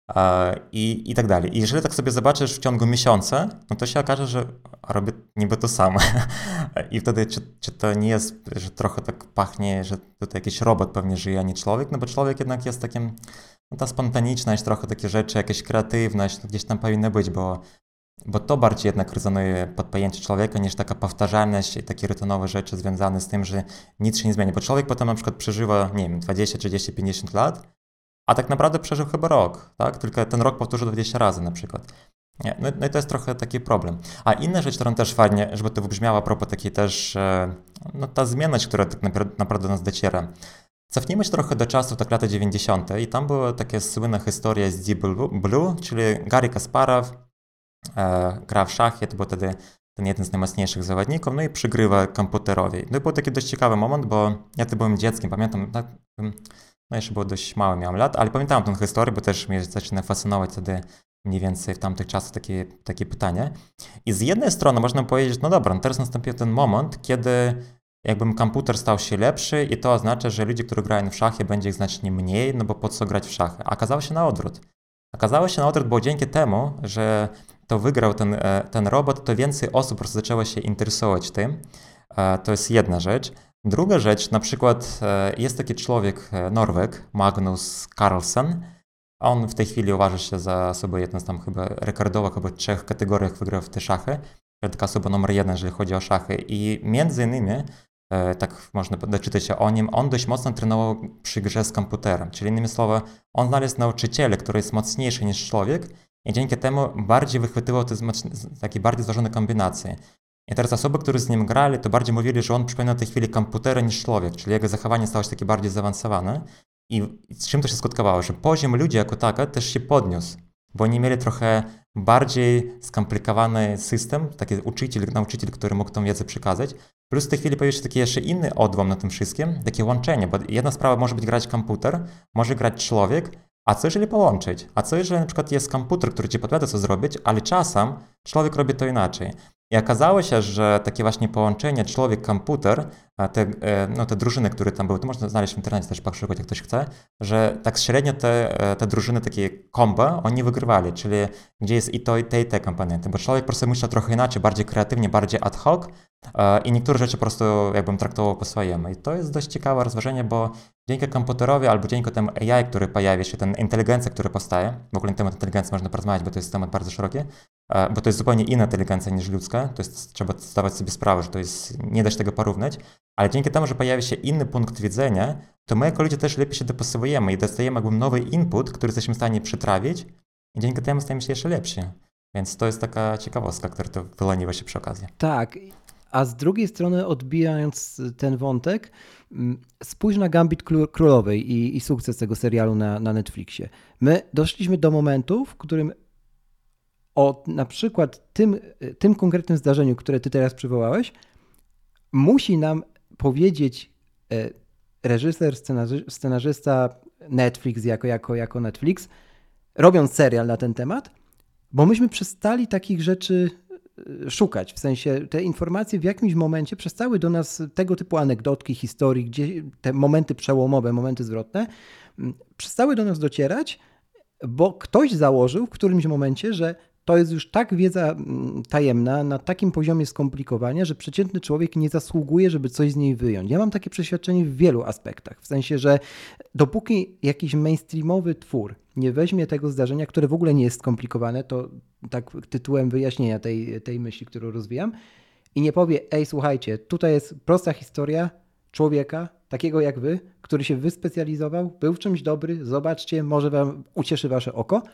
I tak dalej. I jeżeli tak sobie zobaczysz w ciągu miesiąca, no to się okaże, że robię niby to samo. I wtedy czy to nie jest, że trochę tak pachnie, że tutaj jakiś robot pewnie żyje, a nie człowiek? No bo człowiek jednak jest takim, no ta spontaniczność, trochę takie rzeczy, jakaś kreatywność gdzieś tam powinna być, bo to bardziej jednak rezonuje pod pojęcie człowieka niż taka powtarzalność i takie rutynowe rzeczy związane z tym, że nic się nie zmienia. Bo człowiek potem na przykład przeżywa, nie wiem, 20, 30, 50 lat, a tak naprawdę przeżył chyba rok, tak? Tylko ten rok powtórzył 20 razy na przykład. Nie, no i to jest trochę taki problem. A inna rzecz, którą też fajnie, żeby to wybrzmiało a propos takiej też, no ta zmienność, która tak naprawdę do nas dociera. Cofnijmy się trochę do czasów, tak lata 90. i tam była taka słynna historia z Deep Blue, czyli Garry Kasparow gra w szachy, to był wtedy ten jeden z najmocniejszych zawodników, no i przygrywa komputerowi. No i był taki dość ciekawy moment, bo ja to byłem dzieckiem, pamiętam, no jeszcze było dość mało, miałem lat, ale pamiętałem tę historię, bo też mnie zaczyna fascynować wtedy mniej więcej w tamtych czasach takie pytanie. I z jednej strony można powiedzieć, no dobra, no teraz nastąpił ten moment, kiedy komputer stał się lepszy i to oznacza, że ludzie, którzy grają w szachy, będzie ich znacznie mniej, no bo po co grać w szachy? A okazało się na odwrót. Okazało się na odwrót, bo dzięki temu, że to wygrał ten robot, to więcej osób po prostu zaczęło się interesować tym. To jest jedna rzecz. Druga rzecz, na przykład jest taki człowiek, Norweg, Magnus Carlsen. On w tej chwili uważa się za osobę jedną z tam chyba rekordowych, chyba 3 kategoriach wygrał w te szachy. Taka osoba numer 1, jeżeli chodzi o szachy. I między innymi, tak można doczytać się o nim, on dość mocno trenował przy grze z komputerem. Czyli innymi słowy, on znalazł nauczyciela, który jest mocniejszy niż człowiek i dzięki temu bardziej wychwytywał te takie bardziej złożone kombinacje. I teraz osoby, które z nim grali, to bardziej mówili, że on przypomina w tej chwili komputera niż człowiek, czyli jego zachowanie stało się takie bardziej zaawansowane. I z czym to się skutkowało? Że poziom ludzi jako taka też się podniósł, bo oni mieli trochę bardziej skomplikowany system, taki nauczyciel, który mógł tą wiedzę przekazać. Plus w tej chwili pojawił się taki jeszcze inny odłam na tym wszystkim, takie łączenie, bo jedna sprawa może być grać komputer, może grać człowiek, a co jeżeli połączyć? A co jeżeli na przykład jest komputer, który ci podpowiada co zrobić, ale czasem człowiek robi to inaczej. I okazało się, że takie właśnie połączenie człowiek-komputer, te drużyny, które tam były, to można znaleźć w internecie też poszukać, jak ktoś chce, że tak średnio te drużyny, takie combo, oni wygrywali, czyli gdzie jest i to, i te komponenty, bo człowiek po prostu myślał trochę inaczej, bardziej kreatywnie, bardziej ad hoc i niektóre rzeczy po prostu traktował po swojemu. I to jest dość ciekawe rozważenie, bo dzięki komputerowi albo dzięki temu AI, który pojawia się, ten inteligencja, która powstaje, w ogóle na temat inteligencji można porozmawiać, bo to jest temat bardzo szeroki, bo to jest zupełnie inna inteligencja niż ludzka, to jest, trzeba zdawać sobie sprawę, że to jest, nie da się tego porównać, ale dzięki temu, że pojawia się inny punkt widzenia, to my jako ludzie też lepiej się dopasowujemy i dostajemy nowy input, który jesteśmy w stanie przetrawić i dzięki temu stajemy się jeszcze lepsi. Więc to jest taka ciekawostka, która to wyłoniła się przy okazji. Tak, a z drugiej strony odbijając ten wątek, spójrz na Gambit Królowej i sukces tego serialu na Netflixie. My doszliśmy do momentu, w którym o na przykład tym konkretnym zdarzeniu, które ty teraz przywołałeś, musi nam powiedzieć reżyser, scenarzysta Netflix jako Netflix, robiąc serial na ten temat, bo myśmy przestali takich rzeczy szukać. W sensie te informacje w jakimś momencie przestały do nas tego typu anegdotki, historii, gdzie te momenty przełomowe, momenty zwrotne, przestały do nas docierać, bo ktoś założył w którymś momencie, że to jest już tak wiedza tajemna, na takim poziomie skomplikowania, że przeciętny człowiek nie zasługuje, żeby coś z niej wyjąć. Ja mam takie przeświadczenie w wielu aspektach. W sensie, że dopóki jakiś mainstreamowy twór nie weźmie tego zdarzenia, które w ogóle nie jest skomplikowane, to tak tytułem wyjaśnienia tej myśli, którą rozwijam, i nie powie, ej, słuchajcie, tutaj jest prosta historia człowieka, takiego jak wy, który się wyspecjalizował, był w czymś dobry, zobaczcie, może wam ucieszy wasze oko,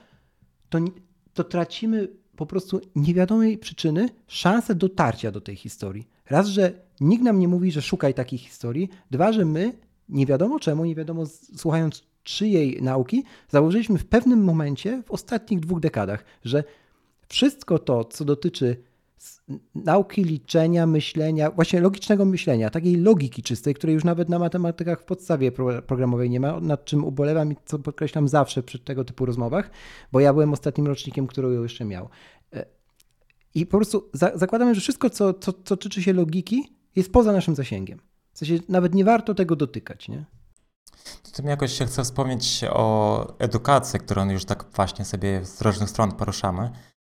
to tracimy po prostu niewiadomej przyczyny szansę dotarcia do tej historii. Raz, że nikt nam nie mówi, że szukaj takiej historii. Dwa, że my nie wiadomo czemu, nie wiadomo słuchając czyjej nauki, założyliśmy w pewnym momencie w ostatnich 2 dekadach, że wszystko to, co dotyczy nauki liczenia, myślenia, właśnie logicznego myślenia, takiej logiki czystej, której już nawet na matematykach w podstawie programowej nie ma, nad czym ubolewam i co podkreślam zawsze przy tego typu rozmowach, bo ja byłem ostatnim rocznikiem, który ją jeszcze miał. I po prostu zakładamy, że wszystko, co tyczy się logiki, jest poza naszym zasięgiem. W sensie nawet nie warto tego dotykać, nie? To mi jakoś się chce wspomnieć o edukacji, którą już tak właśnie sobie z różnych stron poruszamy.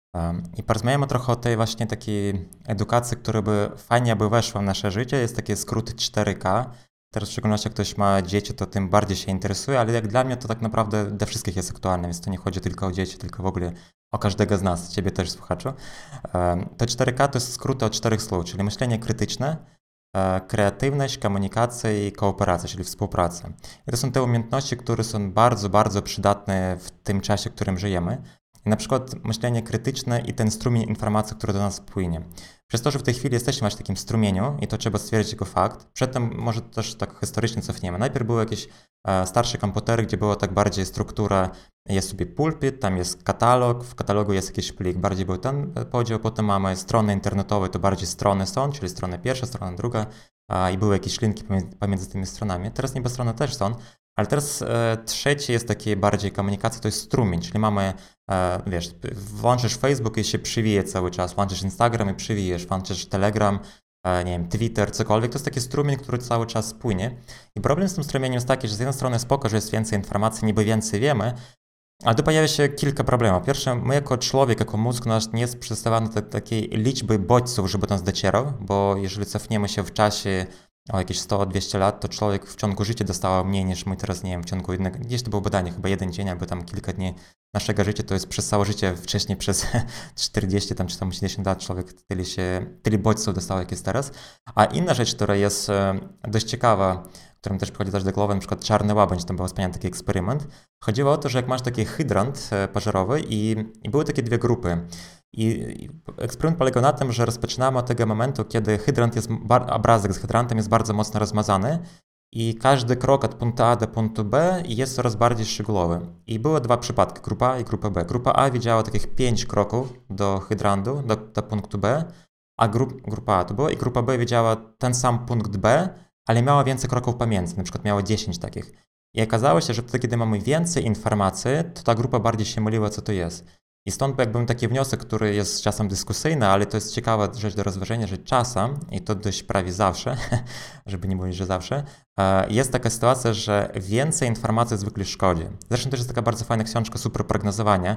I porozmawiamy trochę o tej właśnie takiej edukacji, która by fajnie by weszła w nasze życie. Jest taki skrót 4K. Teraz w szczególności jak ktoś ma dzieci, to tym bardziej się interesuje, ale jak dla mnie to tak naprawdę dla wszystkich jest aktualne, więc to nie chodzi tylko o dzieci, tylko w ogóle o każdego z nas, ciebie też słuchaczu. To 4K to jest skrót od 4 słów, czyli myślenie krytyczne, kreatywność, komunikacja i kooperacja, czyli współpraca. I to są te umiejętności, które są bardzo, bardzo przydatne w tym czasie, w którym żyjemy. I na przykład myślenie krytyczne i ten strumień informacji, który do nas płynie. Przez to, że w tej chwili jesteśmy właśnie w takim strumieniu i to trzeba stwierdzić jako fakt, przedtem może też tak historycznie cofniemy. Najpierw były jakieś starsze komputery, gdzie była tak bardziej struktura, jest sobie pulpit, tam jest katalog, w katalogu jest jakiś plik, bardziej był ten podział, potem mamy strony internetowe, to bardziej strony są, czyli strona pierwsza, strona druga i były jakieś linki pomiędzy tymi stronami. Teraz niby strony też są, ale teraz trzecie jest takie bardziej komunikacja, to jest strumień, czyli mamy, wiesz, włączysz Facebook i się przywije cały czas, włączysz Instagram i przywijesz, włączysz Telegram, nie wiem, Twitter, cokolwiek, to jest taki strumień, który cały czas płynie. I problem z tym strumieniem jest taki, że z jednej strony spoko, że jest więcej informacji, niby więcej wiemy, ale tu pojawia się kilka problemów. Pierwsze, my jako człowiek, jako mózg nasz nie jest przystawany do takiej liczby bodźców, żeby do nas docierał, bo jeżeli cofniemy się w czasie o jakieś 100-200 lat, to człowiek w ciągu życia dostał mniej niż my teraz, nie wiem, w ciągu jednego, gdzieś to było badanie, chyba 1 dzień albo tam kilka dni naszego życia, to jest przez całe życie, wcześniej przez 40 tam, czy tam 80 lat człowiek tyle bodźców dostał, jak jest teraz. A inna rzecz, która jest dość ciekawa, którą też przychodzi też do głowy, na przykład czarny łabędź, tam był wspomniany taki eksperyment. Chodziło o to, że jak masz taki hydrant pożarowy i były takie 2 grupy. I eksperyment polegał na tym, że rozpoczynamy od tego momentu, kiedy hydrant jest, obrazek z hydrantem jest bardzo mocno rozmazany i każdy krok od punktu A do punktu B jest coraz bardziej szczegółowy. I były 2 przypadki, grupa A i grupa B. Grupa A widziała takich 5 kroków do hydrantu, do punktu B, a grupa A to była i grupa B widziała ten sam punkt B, ale miała więcej kroków pomiędzy, na przykład miała 10 takich. I okazało się, że wtedy, kiedy mamy więcej informacji, to ta grupa bardziej się myliła, co to jest. I stąd jakby taki wniosek, który jest czasem dyskusyjny, ale to jest ciekawa rzecz do rozważenia, że czasem, i to dość prawie zawsze, żeby nie mówić, że zawsze, jest taka sytuacja, że więcej informacji zwykle szkodzi. Zresztą też jest taka bardzo fajna książka Super prognozowanie,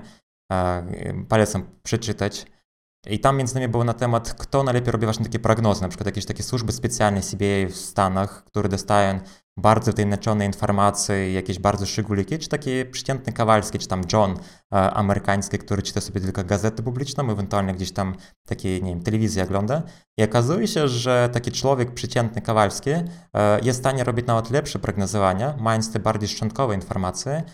polecam przeczytać. I tam między innymi było na temat, kto najlepiej robi właśnie takie prognozy, na przykład jakieś takie służby specjalne CBA w Stanach, które dostają bardzo wytłumaczone informacje, jakieś bardzo szczególiki, czy takie przeciętny Kowalski, czy tam John amerykański, który czyta sobie tylko gazetę publiczną, ewentualnie gdzieś tam takie, nie wiem, telewizję ogląda. I okazuje się, że taki człowiek przeciętny Kowalski jest w stanie robić nawet lepsze prognozowania, mając te bardziej szczątkowe informacje,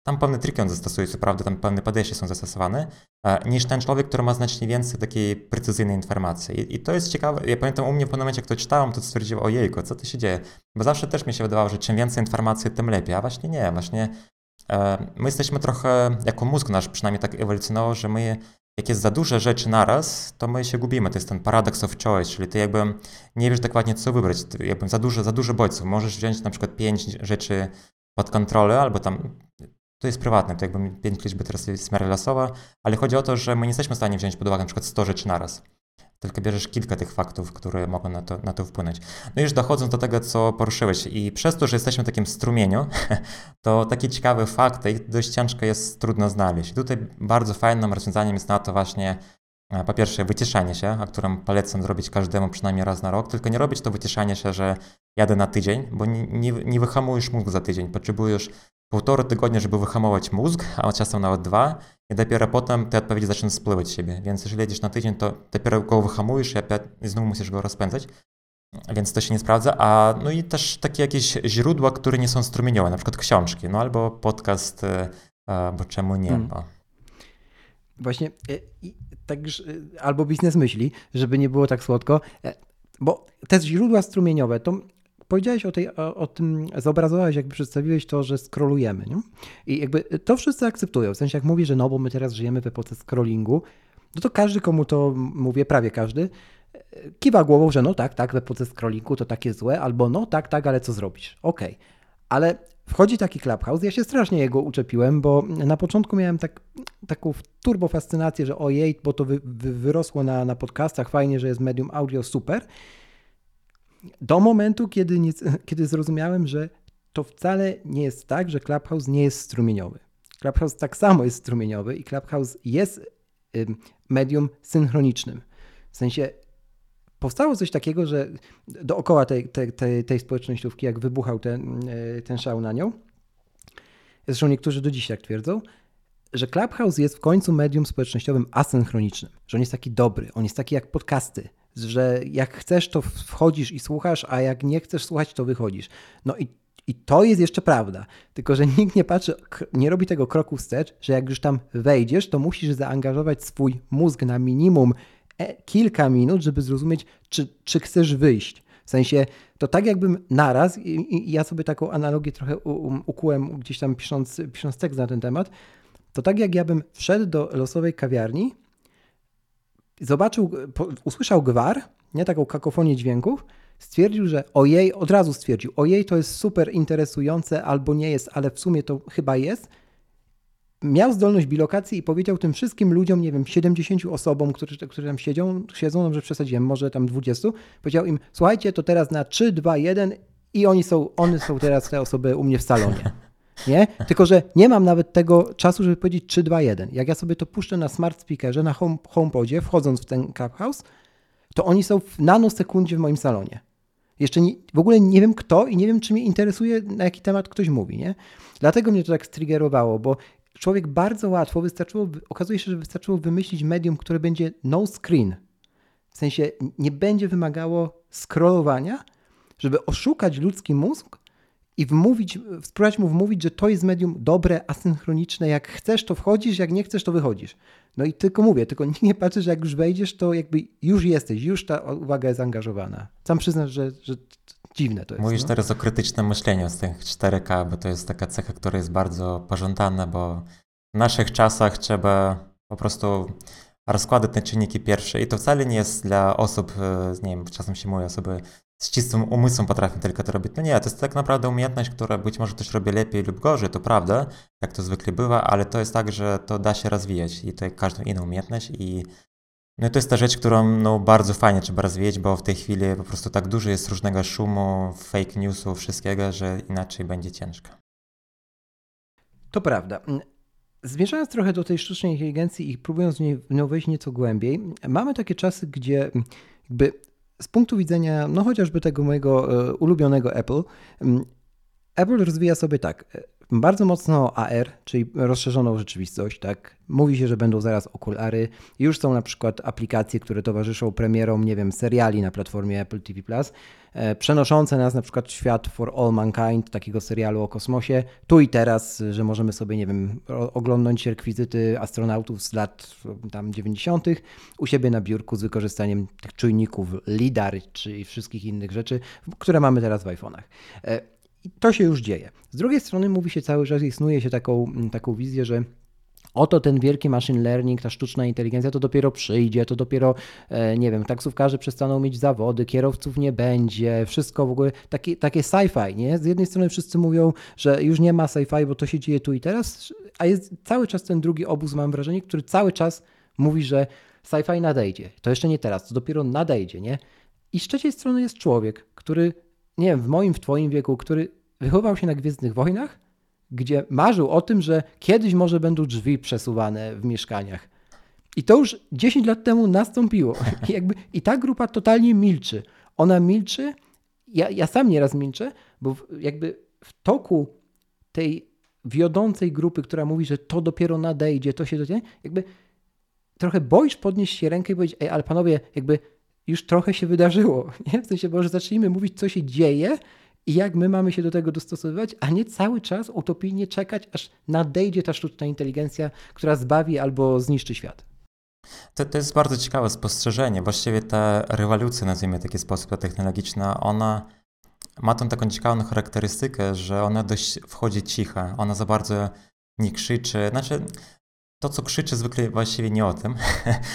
tam pewne triki on zastosuje, co prawda, tam pewne podejście są zastosowane, niż ten człowiek, który ma znacznie więcej takiej precyzyjnej informacji. I to jest ciekawe. Ja pamiętam u mnie w pewnym momencie, jak to czytałem, to stwierdziłem, ojejku, co to się dzieje? Bo zawsze też mi się wydawało, że czym więcej informacji, tym lepiej, a właśnie nie, właśnie my jesteśmy trochę, jako mózg nasz przynajmniej tak ewolucjonował, że my, jak jest za dużo rzeczy naraz, to my się gubimy. To jest ten paradox of choice, czyli ty jakby nie wiesz dokładnie, co wybrać. Ty jakby za dużo bodźców. Możesz wziąć na przykład 5 rzeczy pod kontrolę, albo tam, to jest prywatne, to jakby 5 liczby teraz jest w miarę losowa, ale chodzi o to, że my nie jesteśmy w stanie wziąć pod uwagę na przykład 100 rzeczy naraz. Tylko bierzesz kilka tych faktów, które mogą na to wpłynąć. No i już dochodząc do tego, co poruszyłeś, i przez to, że jesteśmy w takim strumieniu, to takie ciekawe fakty ich dość ciężko jest trudno znaleźć. I tutaj bardzo fajnym rozwiązaniem jest na to właśnie, po pierwsze, wyciszanie się, o którym polecam zrobić każdemu przynajmniej raz na rok, tylko nie robić to wyciszanie się, że jadę na tydzień, bo nie wyhamujesz mózgu za tydzień. Potrzebujesz 1,5 tygodnia, żeby wyhamować mózg, a czasem nawet 2, i dopiero potem te odpowiedzi zaczną spływać z siebie. Więc jeżeli jedziesz na tydzień, to dopiero go wyhamujesz i znowu musisz go rozpędzać. Więc to się nie sprawdza. No i też takie jakieś źródła, które nie są strumieniowe, na przykład książki, no albo podcast, bo czemu nie? Bo... Właśnie, tak, albo biznes myśli, żeby nie było tak słodko, bo te źródła strumieniowe, to powiedziałeś o tym, zobrazowałeś, jakby przedstawiłeś to, że scrollujemy, nie? I jakby to wszyscy akceptują, w sensie jak mówię, że no, bo my teraz żyjemy w epoce scrollingu, no to każdy, komu to mówię, prawie każdy, kiwa głową, że no tak, w epoce scrollingu to takie złe, albo no tak, ale co zrobisz? Okej. Ale wchodzi taki Clubhouse, ja się strasznie jego uczepiłem, bo na początku miałem taką turbofascynację, że ojej, bo to wyrosło na podcastach, fajnie, że jest medium audio, super. Do momentu, kiedy zrozumiałem, że to wcale nie jest tak, że Clubhouse nie jest strumieniowy. Clubhouse tak samo jest strumieniowy i Clubhouse jest medium synchronicznym. W sensie powstało coś takiego, że dookoła tej społecznościówki, jak wybuchał ten szał na nią, zresztą niektórzy do dziś tak twierdzą, że Clubhouse jest w końcu medium społecznościowym asynchronicznym, że on jest taki dobry, on jest taki jak podcasty, że jak chcesz, to wchodzisz i słuchasz, a jak nie chcesz słuchać, to wychodzisz. No i to jest jeszcze prawda, tylko że nikt nie patrzy, nie robi tego kroku wstecz, że jak już tam wejdziesz, to musisz zaangażować swój mózg na minimum kilka minut, żeby zrozumieć, czy chcesz wyjść. W sensie, to tak jakbym naraz, i ja sobie taką analogię trochę ukułem gdzieś tam pisząc tekst na ten temat, to tak jak ja bym wszedł do losowej kawiarni, usłyszał gwar, nie taką kakofonię dźwięków, stwierdził, że ojej, od razu stwierdził, ojej, to jest super interesujące, albo nie jest, ale w sumie to chyba jest. Miał zdolność bilokacji i powiedział tym wszystkim ludziom, nie wiem, 70 osobom, które tam siedzą, może przesadziłem, może tam 20, powiedział im, słuchajcie, to teraz na 3, 2, 1 i one są teraz te osoby u mnie w salonie. Nie? Tylko że nie mam nawet tego czasu, żeby powiedzieć 3, 2, 1. Jak ja sobie to puszczę na smart speakerze, na HomePodzie, wchodząc w ten Clubhouse, to oni są w nanosekundzie w moim salonie. Jeszcze w ogóle nie wiem kto i nie wiem, czy mnie interesuje, na jaki temat ktoś mówi. Nie? Dlatego mnie to tak striggerowało, bo człowiek bardzo łatwo, okazuje się, że wystarczyło wymyślić medium, które będzie no screen. W sensie nie będzie wymagało scrollowania, żeby oszukać ludzki mózg i spróbować mu wmówić, że to jest medium dobre, asynchroniczne. Jak chcesz, to wchodzisz, jak nie chcesz, to wychodzisz. No i tylko nikt nie patrzy, że jak już wejdziesz, to jakby już jesteś, już ta uwaga jest zaangażowana. Sam przyznasz, że dziwne to jest. Mówisz teraz o krytycznym myśleniu z tych 4K, bo to jest taka cecha, która jest bardzo pożądana, bo w naszych czasach trzeba po prostu rozkładać na czynniki pierwsze i to wcale nie jest dla osób, nie wiem, czasem się mówi, osoby z czystym umysłem potrafią tylko to robić. No nie, to jest tak naprawdę umiejętność, która być może ktoś robi lepiej lub gorzej, to prawda, jak to zwykle bywa, ale to jest tak, że to da się rozwijać i to jak każdą inną umiejętność i no i to jest ta rzecz, którą no, bardzo fajnie trzeba rozwijać, bo w tej chwili po prostu tak dużo jest różnego szumu, fake newsów, wszystkiego, że inaczej będzie ciężko. To prawda. Zmierzając trochę do tej sztucznej inteligencji i próbując w nią wejść nieco głębiej, mamy takie czasy, gdzie jakby z punktu widzenia, no chociażby tego mojego ulubionego Apple rozwija sobie tak. bardzo mocno AR, czyli rozszerzoną rzeczywistość, tak? Mówi się, że będą zaraz okulary. Już są na przykład aplikacje, które towarzyszą premierom, nie wiem, seriali na platformie Apple TV+, przenoszące nas na przykład w świat For All Mankind, takiego serialu o kosmosie, tu i teraz, że możemy sobie, nie wiem, oglądnąć rekwizyty astronautów z lat tam 90. u siebie na biurku z wykorzystaniem tych czujników LIDAR czy wszystkich innych rzeczy, które mamy teraz w iPhone'ach. I to się już dzieje. Z drugiej strony mówi się cały czas i snuje się taką wizję, że oto ten wielki machine learning, ta sztuczna inteligencja to dopiero przyjdzie, to dopiero, nie wiem, taksówkarze przestaną mieć zawody, kierowców nie będzie, wszystko w ogóle, takie sci-fi, nie? Z jednej strony wszyscy mówią, że już nie ma sci-fi, bo to się dzieje tu i teraz, a jest cały czas ten drugi obóz, mam wrażenie, który cały czas mówi, że sci-fi nadejdzie. To jeszcze nie teraz, to dopiero nadejdzie, nie? I z trzeciej strony jest człowiek, który, nie wiem, w moim, w twoim wieku, który wychował się na Gwiezdnych Wojnach, gdzie marzył o tym, że kiedyś może będą drzwi przesuwane w mieszkaniach. I to już 10 lat temu nastąpiło. I ta grupa totalnie milczy. Ona milczy, ja sam nieraz milczę, bo w toku tej wiodącej grupy, która mówi, że to dopiero nadejdzie, to się dodzieje, trochę boisz podnieść się rękę i powiedzieć, ale panowie, już trochę się wydarzyło. Nie? W sensie, może zacznijmy mówić, co się dzieje, i jak my mamy się do tego dostosowywać, a nie cały czas utopijnie czekać, aż nadejdzie ta sztuczna inteligencja, która zbawi albo zniszczy świat. To jest bardzo ciekawe spostrzeżenie. Właściwie ta rewolucja, nazwijmy w taki sposób, ta technologiczna, ona ma tą taką ciekawą charakterystykę, że ona dość wchodzi cicha. Ona za bardzo nie krzyczy. Znaczy, to co krzyczy zwykle właściwie nie o tym.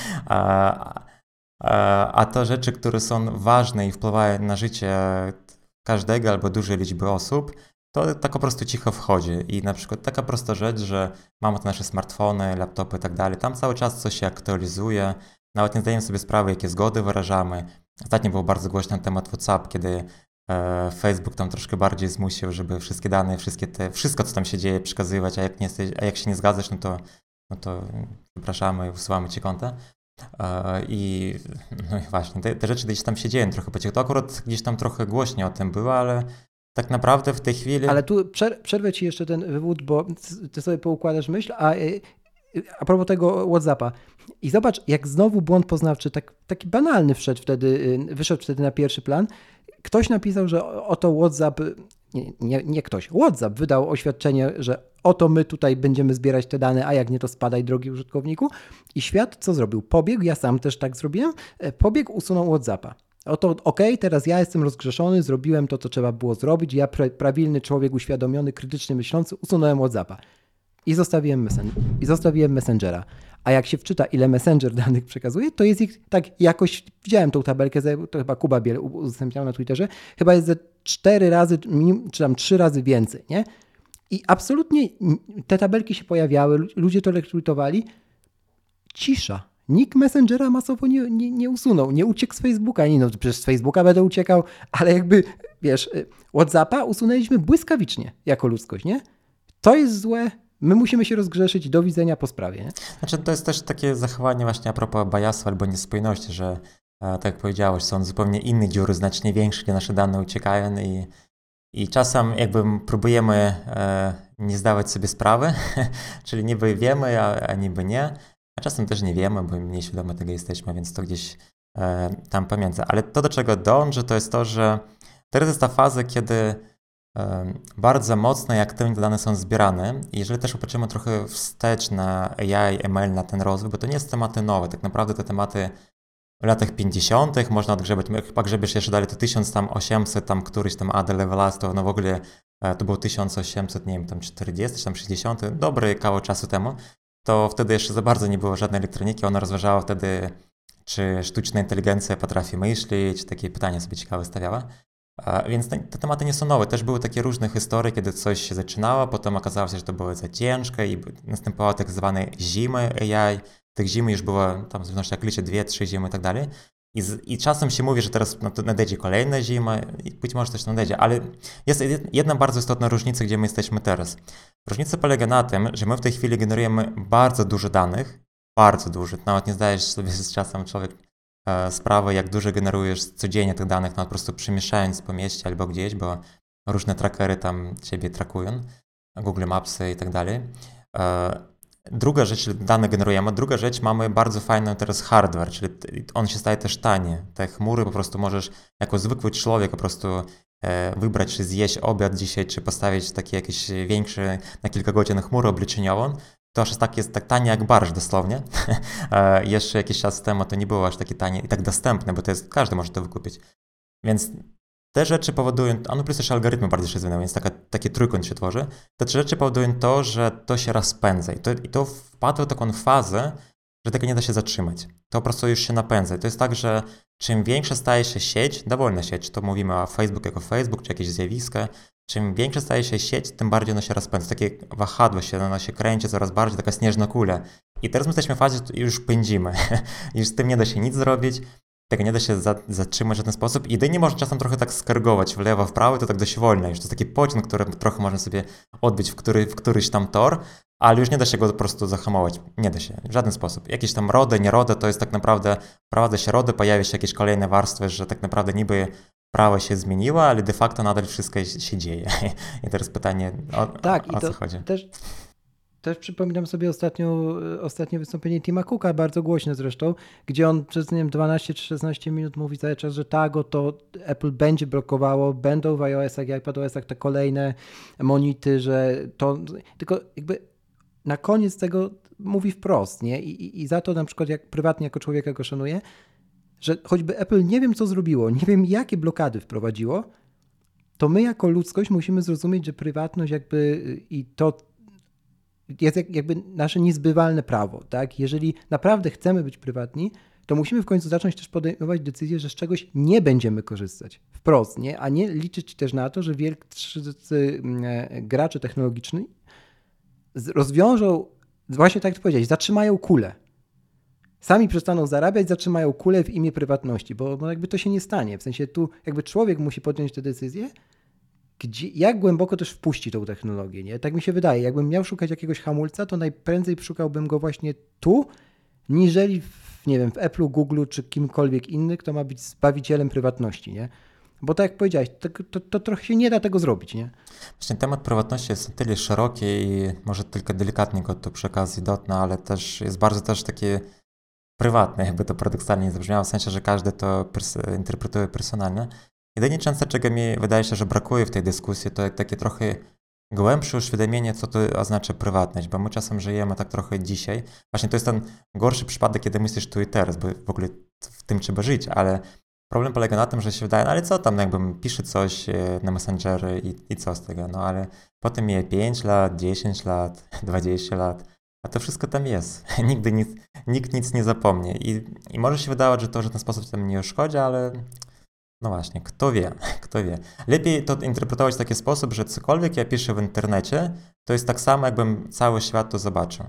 A to rzeczy, które są ważne i wpływają na życie każdego albo dużej liczby osób, to tak po prostu cicho wchodzi. I na przykład taka prosta rzecz, że mamy te nasze smartfony, laptopy i tak dalej, tam cały czas coś się aktualizuje, nawet nie zdajemy sobie sprawy, jakie zgody wyrażamy. Ostatnio był bardzo głośny temat WhatsApp, kiedy Facebook tam troszkę bardziej zmusił, żeby wszystkie dane, wszystko co tam się dzieje przekazywać, a jak się nie zgadzasz, no to przepraszamy i usuwamy ci konta. I właśnie, te rzeczy gdzieś tam się dzieją trochę po cichu. To akurat gdzieś tam trochę głośniej o tym było, ale tak naprawdę w tej chwili... Ale tu przerwę ci jeszcze ten wywód, bo ty sobie poukładasz myśl, a propos tego WhatsAppa. I zobacz, jak znowu błąd poznawczy, taki banalny wyszedł wtedy na pierwszy plan. Ktoś napisał, że oto WhatsApp, nie ktoś, WhatsApp wydał oświadczenie, że oto my tutaj będziemy zbierać te dane, a jak nie, to spadaj, drogi użytkowniku. I świat co zrobił? Pobiegł, ja sam też tak zrobiłem, usunął WhatsAppa. Oto teraz ja jestem rozgrzeszony, zrobiłem to, co trzeba było zrobić, ja prawilny człowiek uświadomiony, krytycznie myślący, usunąłem WhatsAppa. I zostawiłem Messengera. A jak się wczyta, ile Messenger danych przekazuje, to jest ich tak jakoś, widziałem tą tabelkę, to chyba Kuba Biel udostępniał na Twitterze, chyba jest ze 4 razy, czy tam 3 razy więcej, nie? I absolutnie te tabelki się pojawiały, ludzie to retweetowali. Cisza. Nikt Messengera masowo nie usunął, nie uciekł z Facebooka. No przecież z Facebooka będę uciekał, ale wiesz, WhatsAppa usunęliśmy błyskawicznie jako ludzkość, nie? To jest złe. My musimy się rozgrzeszyć, do widzenia po sprawie. Nie? Znaczy, to jest też takie zachowanie właśnie a propos biasu albo niespójności, że tak jak powiedziałeś, są zupełnie inne dziury, znacznie większe, gdzie nasze dane uciekają i czasem próbujemy nie zdawać sobie sprawy, czyli niby wiemy, a niby nie, a czasem też nie wiemy, bo mniej świadomi tego jesteśmy, więc to gdzieś tam pamiętam. Ale to, do czego dążę, to jest to, że teraz jest ta faza, kiedy bardzo mocno i aktywnie te dane są zbierane. I jeżeli też popatrzymy trochę wstecz na AI, ML, na ten rozwój, bo to nie jest tematy nowe, tak naprawdę te tematy w latach 50. można odgrzebać, chyba grzebiesz jeszcze dalej, to 1800, tam któryś tam AD Levelas, to no w ogóle to było 1800, nie wiem, tam 40, tam 60, dobry kawał czasu temu, to wtedy jeszcze za bardzo nie było żadnej elektroniki, ona rozważała wtedy, czy sztuczna inteligencja potrafi myśleć, takie pytania sobie ciekawe stawiała. Więc te tematy nie są nowe. Też były takie różne historie, kiedy coś się zaczynało, potem okazało się, że to było za ciężkie i następowały tak zwane zimy AI. Tych zimy już było, tam w zależności jak liczy, 2-3 zimy i tak dalej. I czasem się mówi, że teraz nadejdzie kolejna zima i być może coś nadejdzie, ale jest jedna bardzo istotna różnica, gdzie my jesteśmy teraz. Różnica polega na tym, że my w tej chwili generujemy bardzo dużo danych, bardzo dużo. Nawet nie zdajesz sobie z czasem człowiek sprawę, jak dużo generujesz codziennie tych danych, nawet po prostu przemieszczając po mieście albo gdzieś, bo różne trackery tam ciebie trakują. Google Mapsy i tak dalej. Druga rzecz, dane generujemy. Druga rzecz, mamy bardzo fajny teraz hardware, czyli on się staje też tani. Te chmury po prostu możesz jako zwykły człowiek po prostu wybrać, czy zjeść obiad dzisiaj, czy postawić taki jakiś większy na kilka godzin chmurę obliczeniową. To aż jest tak tanie jak barsz dosłownie. Jeszcze jakiś czas temu to nie było aż takie tanie i tak dostępne, bo to jest, każdy może to wykupić. Więc te rzeczy powodują, no plus też algorytmy bardziej się rozwiną, więc taki trójkąt się tworzy. Te trzy rzeczy powodują to, że to się rozpędza i to wpadło w taką fazę, że tego nie da się zatrzymać. To po prostu już się napędza. I to jest tak, że czym większa staje się sieć, dowolna sieć, czy to mówimy o Facebook jako Facebook, czy jakieś zjawiska, czym większa staje się sieć, tym bardziej ona się rozpędza. Takie wahadło się, ona się kręci coraz bardziej, taka śnieżna kula. I teraz my jesteśmy w fazie, że już pędzimy. Już z tym nie da się nic zrobić. Tego nie da się zatrzymać w żaden sposób. Jedynie można czasem trochę tak skorgować w lewo, w prawo, to tak dość wolno. Już to jest taki pociąg, który trochę można sobie odbić w któryś tam tor, ale już nie da się go po prostu zahamować. Nie da się, w żaden sposób. Jakieś tam rody, nie rody, to jest tak naprawdę, prowadzi się rody, pojawia się jakieś kolejne warstwy, że tak naprawdę niby prawo się zmieniło, ale de facto nadal wszystko się dzieje. I teraz pytanie, o co chodzi? Też przypominam sobie ostatnie wystąpienie Tima Cooka, bardzo głośne zresztą, gdzie on przez 12 czy 16 minut mówi cały czas, że to Apple będzie blokowało, będą w iOS-ach i iPadOS-ach te kolejne monity, że to tylko jakby na koniec tego mówi wprost, nie? I za to na przykład jak prywatnie jako człowieka go szanuję, że choćby Apple nie wiem co zrobiło, nie wiem jakie blokady wprowadziło, to my jako ludzkość musimy zrozumieć, że prywatność jakby i to jest jakby nasze niezbywalne prawo, tak? Jeżeli naprawdę chcemy być prywatni, to musimy w końcu zacząć też podejmować decyzję, że z czegoś nie będziemy korzystać wprost, nie? A nie liczyć też na to, że wielcy gracze technologiczni rozwiążą, właśnie tak jak powiedziałeś, zatrzymają kulę. Sami przestaną zarabiać, zatrzymają kulę w imię prywatności, bo jakby to się nie stanie. W sensie tu jakby człowiek musi podjąć tę decyzję, jak głęboko też wpuści tą technologię, nie? Tak mi się wydaje. Jakbym miał szukać jakiegoś hamulca, to najprędzej szukałbym go właśnie tu, niżeli nie wiem, w Apple'u, Google'u czy kimkolwiek inny, kto ma być zbawicielem prywatności, nie? Bo tak jak powiedziałeś, to trochę się nie da tego zrobić, nie? Właśnie temat prywatności jest tyle szeroki i może tylko delikatnie go tu przy okazji dotknę, ale też jest bardzo też taki prywatny, jakby to paradoksalnie nie zabrzmiało, w sensie, że każdy to interpretuje personalnie. Jedynie często, czego mi wydaje się, że brakuje w tej dyskusji, to takie trochę głębsze uświadomienie, co to oznacza prywatność, bo my czasem żyjemy tak trochę dzisiaj. Właśnie to jest ten gorszy przypadek, kiedy myślisz tu i teraz, bo w ogóle w tym trzeba żyć, ale problem polega na tym, że się wydaje, no ale co tam, jakbym pisze coś na Messengery i co z tego, no ale potem mija 5 lat, 10 lat, 20 lat, a to wszystko tam jest. Nikt nic nie zapomni i może się wydawać, że to w ten sposób tam nie szkodzi, ale no właśnie, kto wie. Lepiej to interpretować w taki sposób, że cokolwiek ja piszę w internecie, to jest tak samo, jakbym cały świat to zobaczył.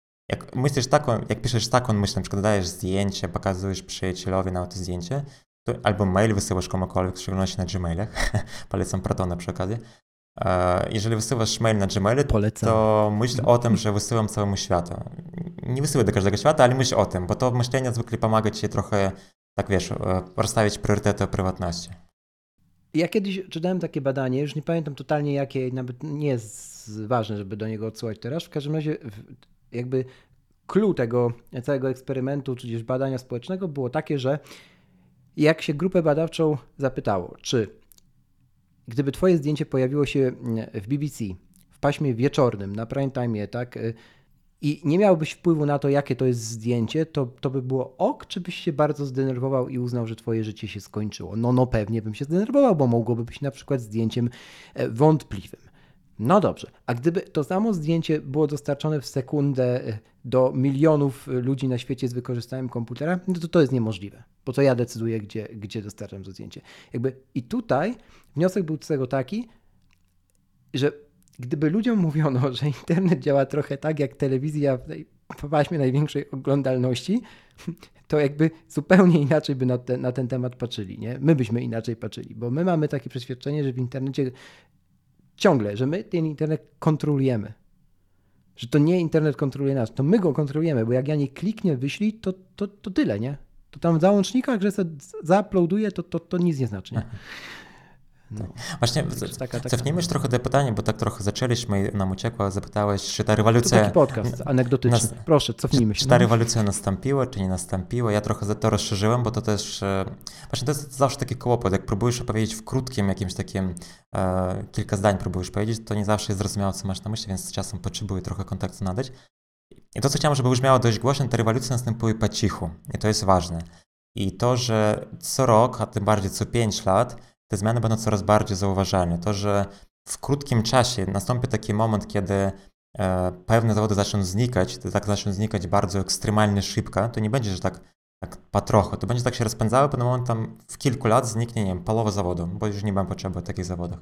Jak piszesz taką myśl, na przykład dajesz zdjęcie, pokazujesz przyjacielowi nawet to zdjęcie, albo mail wysyłasz komukolwiek, w szczególności na Gmailach, polecam Protona przy okazji. Jeżeli wysyłasz mail na Gmail, to myśl o tym, że wysyłam całemu światu. Nie wysyłaj do każdego świata, ale myśl o tym, bo to myślenie zwykle pomaga ci trochę, tak wiesz, rozstawić priorytety o prywatności. Ja kiedyś czytałem takie badanie, już nie pamiętam totalnie jakie, nawet nie jest ważne, żeby do niego odsyłać teraz. W każdym razie jakby clue tego całego eksperymentu, czy też badania społecznego było takie, że jak się grupę badawczą zapytało, czy gdyby twoje zdjęcie pojawiło się w BBC w paśmie wieczornym, na prime time, tak, i nie miałbyś wpływu na to, jakie to jest zdjęcie, to by było ok, czy byś się bardzo zdenerwował i uznał, że twoje życie się skończyło? No pewnie bym się zdenerwował, bo mogłoby być na przykład zdjęciem wątpliwym. No dobrze, a gdyby to samo zdjęcie było dostarczone w sekundę do milionów ludzi na świecie z wykorzystaniem komputera, no to jest niemożliwe, bo to ja decyduję, gdzie dostarczam to zdjęcie. I tutaj wniosek był z tego taki, że gdyby ludziom mówiono, że internet działa trochę tak jak telewizja w paśmie największej oglądalności, to jakby zupełnie inaczej by na ten temat patrzyli, nie? My byśmy inaczej patrzyli, bo my mamy takie przeświadczenie, że w internecie ciągle, że my ten internet kontrolujemy. Że to nie internet kontroluje nas, to my go kontrolujemy, bo jak ja nie kliknę wyślij, to tyle, nie? To tam w załącznikach, że se zauploaduję, to nic nie znaczy, nie? No. Właśnie cofnijmy już trochę do pytania, bo tak trochę zaczęliśmy i nam uciekło, zapytałeś, czy ta rewolucja... To taki podcast anegdotyczny. Proszę, cofnijmy się. Czy ta rewolucja nastąpiła, czy nie nastąpiła? Ja trochę to rozszerzyłem, bo to też... Właśnie to jest zawsze taki kłopot. Jak próbujesz opowiedzieć w krótkim jakimś takim... kilka zdań próbujesz powiedzieć, to nie zawsze jest zrozumiałe, co masz na myśli, więc z czasem potrzebuję trochę kontekstu nadać. I to, co chciałem, żeby brzmiało dość głośno, te rewolucje następują po cichu. I to jest ważne. I to, że co rok, a tym bardziej co 5 lat, te zmiany będą coraz bardziej zauważalne. To, że w krótkim czasie nastąpi taki moment, kiedy pewne zawody zaczną znikać, to tak zaczną znikać bardzo ekstremalnie szybko, to nie będzie, że tak po trochu, to będzie tak się rozpędzało, pewien moment tam w kilku lat zniknie, nie wiem, połowa zawodu, bo już nie mam potrzeby takich zawodach.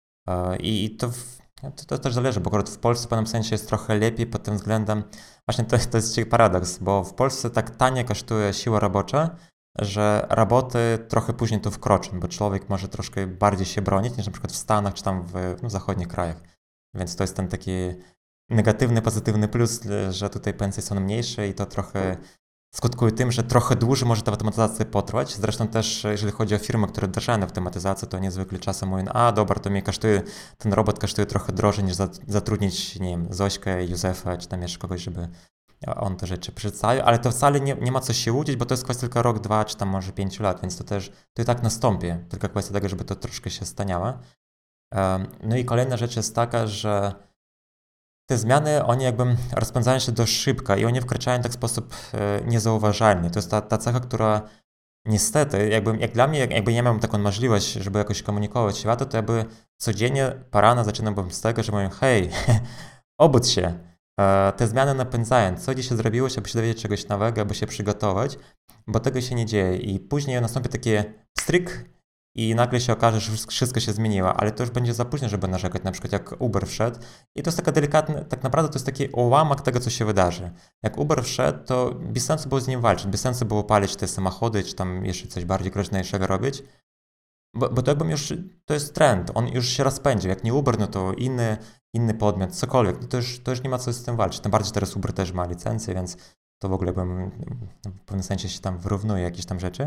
I to też zależy, bo akurat w Polsce w pewnym sensie jest trochę lepiej pod tym względem, właśnie to jest paradoks, bo w Polsce tak tanie kosztuje siła robocza, że roboty trochę później tu wkroczą, bo człowiek może troszkę bardziej się bronić niż na przykład w Stanach czy tam w zachodnich krajach. Więc to jest ten taki negatywny, pozytywny plus, że tutaj pensje są mniejsze i to trochę skutkuje tym, że trochę dłużej może ta automatyzacja potrwać. Zresztą też, jeżeli chodzi o firmy, które wdrażają automatyzację, to niezwykle czasem mówią, dobra, to mnie kosztuje, ten robot kosztuje trochę drożej niż zatrudnić, nie wiem, Zośkę, Józefa, czy tam jeszcze kogoś, żeby on te rzeczy przedstawił, ale to wcale nie ma co się łudzić, bo to jest kwestia tylko rok, 2, czy tam może 5 lat, więc to i tak nastąpi, tylko kwestia tego, żeby to troszkę się staniało. No i kolejna rzecz jest taka, że te zmiany, one jakby rozpędzają się dość szybko i one wkraczają tak w sposób niezauważalny. To jest ta cecha, która niestety, jak dla mnie, jakby nie miałem taką możliwość, żeby jakoś komunikować światu, to jakby codziennie rano zaczynałbym z tego, że mówię, hej, obudź się. Te zmiany napędzają. Co dzisiaj zrobiłeś, aby się dowiedzieć czegoś nowego, aby się przygotować, bo tego się nie dzieje. I później nastąpi takie stryk i nagle się okaże, że wszystko się zmieniło, ale to już będzie za późno, żeby narzekać, na przykład jak Uber wszedł. I to jest taka delikatna, tak naprawdę to jest taki ułamek tego, co się wydarzy. Jak Uber wszedł, to bez sensu było z nim walczyć, bez sensu było palić te samochody, czy tam jeszcze coś bardziej groźniejszego robić. Bo to jakby już, to jest trend, on już się rozpędził. Jak nie Uber, no to inny podmiot, cokolwiek, no to już nie ma co z tym walczyć. Tym bardziej teraz Uber też ma licencję, więc to w ogóle w pewnym sensie się tam wyrównuje jakieś tam rzeczy.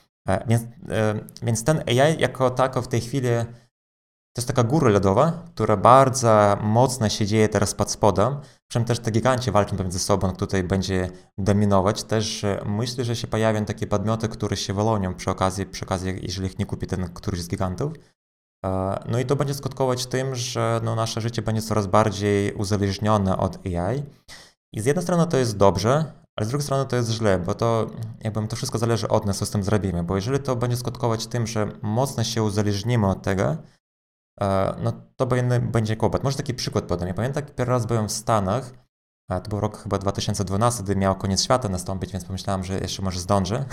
Więc ten AI jako tako w tej chwili to jest taka góra lodowa, która bardzo mocno się dzieje teraz pod spodem. Przynajmniej też te giganci walczą pomiędzy sobą, kto tutaj będzie dominować. Też myślę, że się pojawią takie podmioty, które się wyłonią przy okazji, jeżeli ich nie kupi ten któryś z gigantów. No i to będzie skutkować tym, że nasze życie będzie coraz bardziej uzależnione od AI. I z jednej strony to jest dobrze, ale z drugiej strony to jest źle, bo to wszystko zależy od nas, co z tym zrobimy. Bo jeżeli to będzie skutkować tym, że mocno się uzależnimy od tego, no to będzie kłopot. Może taki przykład podam. Ja pamiętam, jak pierwszy raz byłem w Stanach, to był rok chyba 2012, gdy miał koniec świata nastąpić, więc pomyślałem, że jeszcze może zdążę.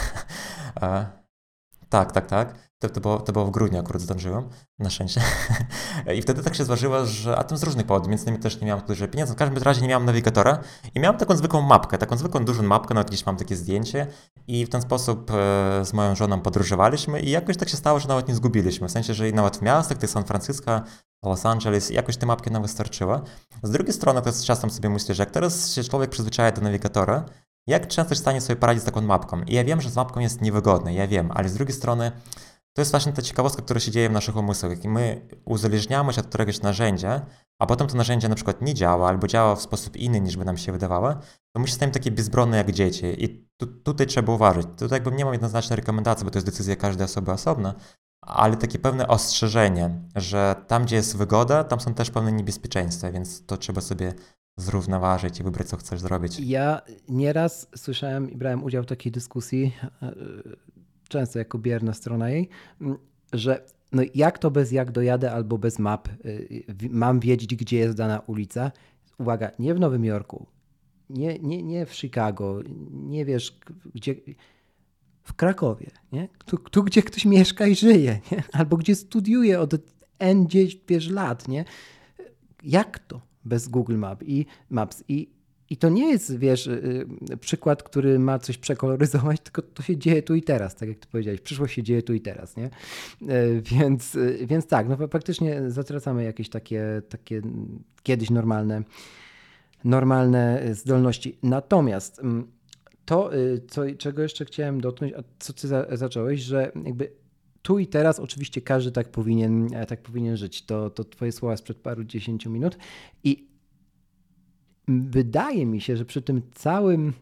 Tak. To było w grudniu, akurat zdążyłem, na szczęście. I wtedy tak się zważyło, że a tym z różnych powodów, między innymi też nie miałem dużo pieniędzy. W każdym razie nie miałem nawigatora i miałem taką zwykłą mapkę, taką zwykłą dużą mapkę, nawet gdzieś mam takie zdjęcie i w ten sposób z moją żoną podróżowaliśmy i jakoś tak się stało, że nawet nie zgubiliśmy. W sensie, że nawet w miastach, tych San Francisco, Los Angeles, jakoś te mapki nam wystarczyło. Z drugiej strony, to z czasem sobie myślę, że jak teraz się człowiek przyzwyczaja do nawigatora, jak często jest w stanie sobie poradzić z taką mapką? I ja wiem, że z mapką jest niewygodne, ja wiem, ale z drugiej strony to jest właśnie ta ciekawostka, która się dzieje w naszych umysłach. I my uzależniamy się od któregoś narzędzia, a potem to narzędzie na przykład nie działa albo działa w sposób inny niż by nam się wydawało, to my się stajemy takie bezbronne jak dzieci. I tutaj trzeba uważać. Tutaj jakby nie mam jednoznacznej rekomendacji, bo to jest decyzja każdej osoby osobno, ale takie pewne ostrzeżenie, że tam, gdzie jest wygoda, tam są też pewne niebezpieczeństwa, więc to trzeba sobie zrównoważyć i wybrać, co chcesz zrobić. Ja nieraz słyszałem i brałem udział w takiej dyskusji, często jako bierna strona jej, że jak to bez jak dojadę albo bez map mam wiedzieć, gdzie jest dana ulica. Uwaga, nie w Nowym Jorku, nie w Chicago, nie wiesz gdzie, w Krakowie, nie? Tu gdzie ktoś mieszka i żyje, nie? Albo gdzie studiuje od N lat, nie? Jak to bez Google Maps? I to nie jest, wiesz, przykład, który ma coś przekoloryzować, tylko to się dzieje tu i teraz, tak jak ty powiedziałeś. Przyszłość się dzieje tu i teraz, nie? Więc tak, faktycznie zatracamy jakieś takie kiedyś normalne zdolności. Natomiast to, czego jeszcze chciałem dotknąć, a co ty zacząłeś, że jakby tu i teraz oczywiście każdy tak powinien żyć. To twoje słowa sprzed paru 10 minut i wydaje mi się, że przy tym całym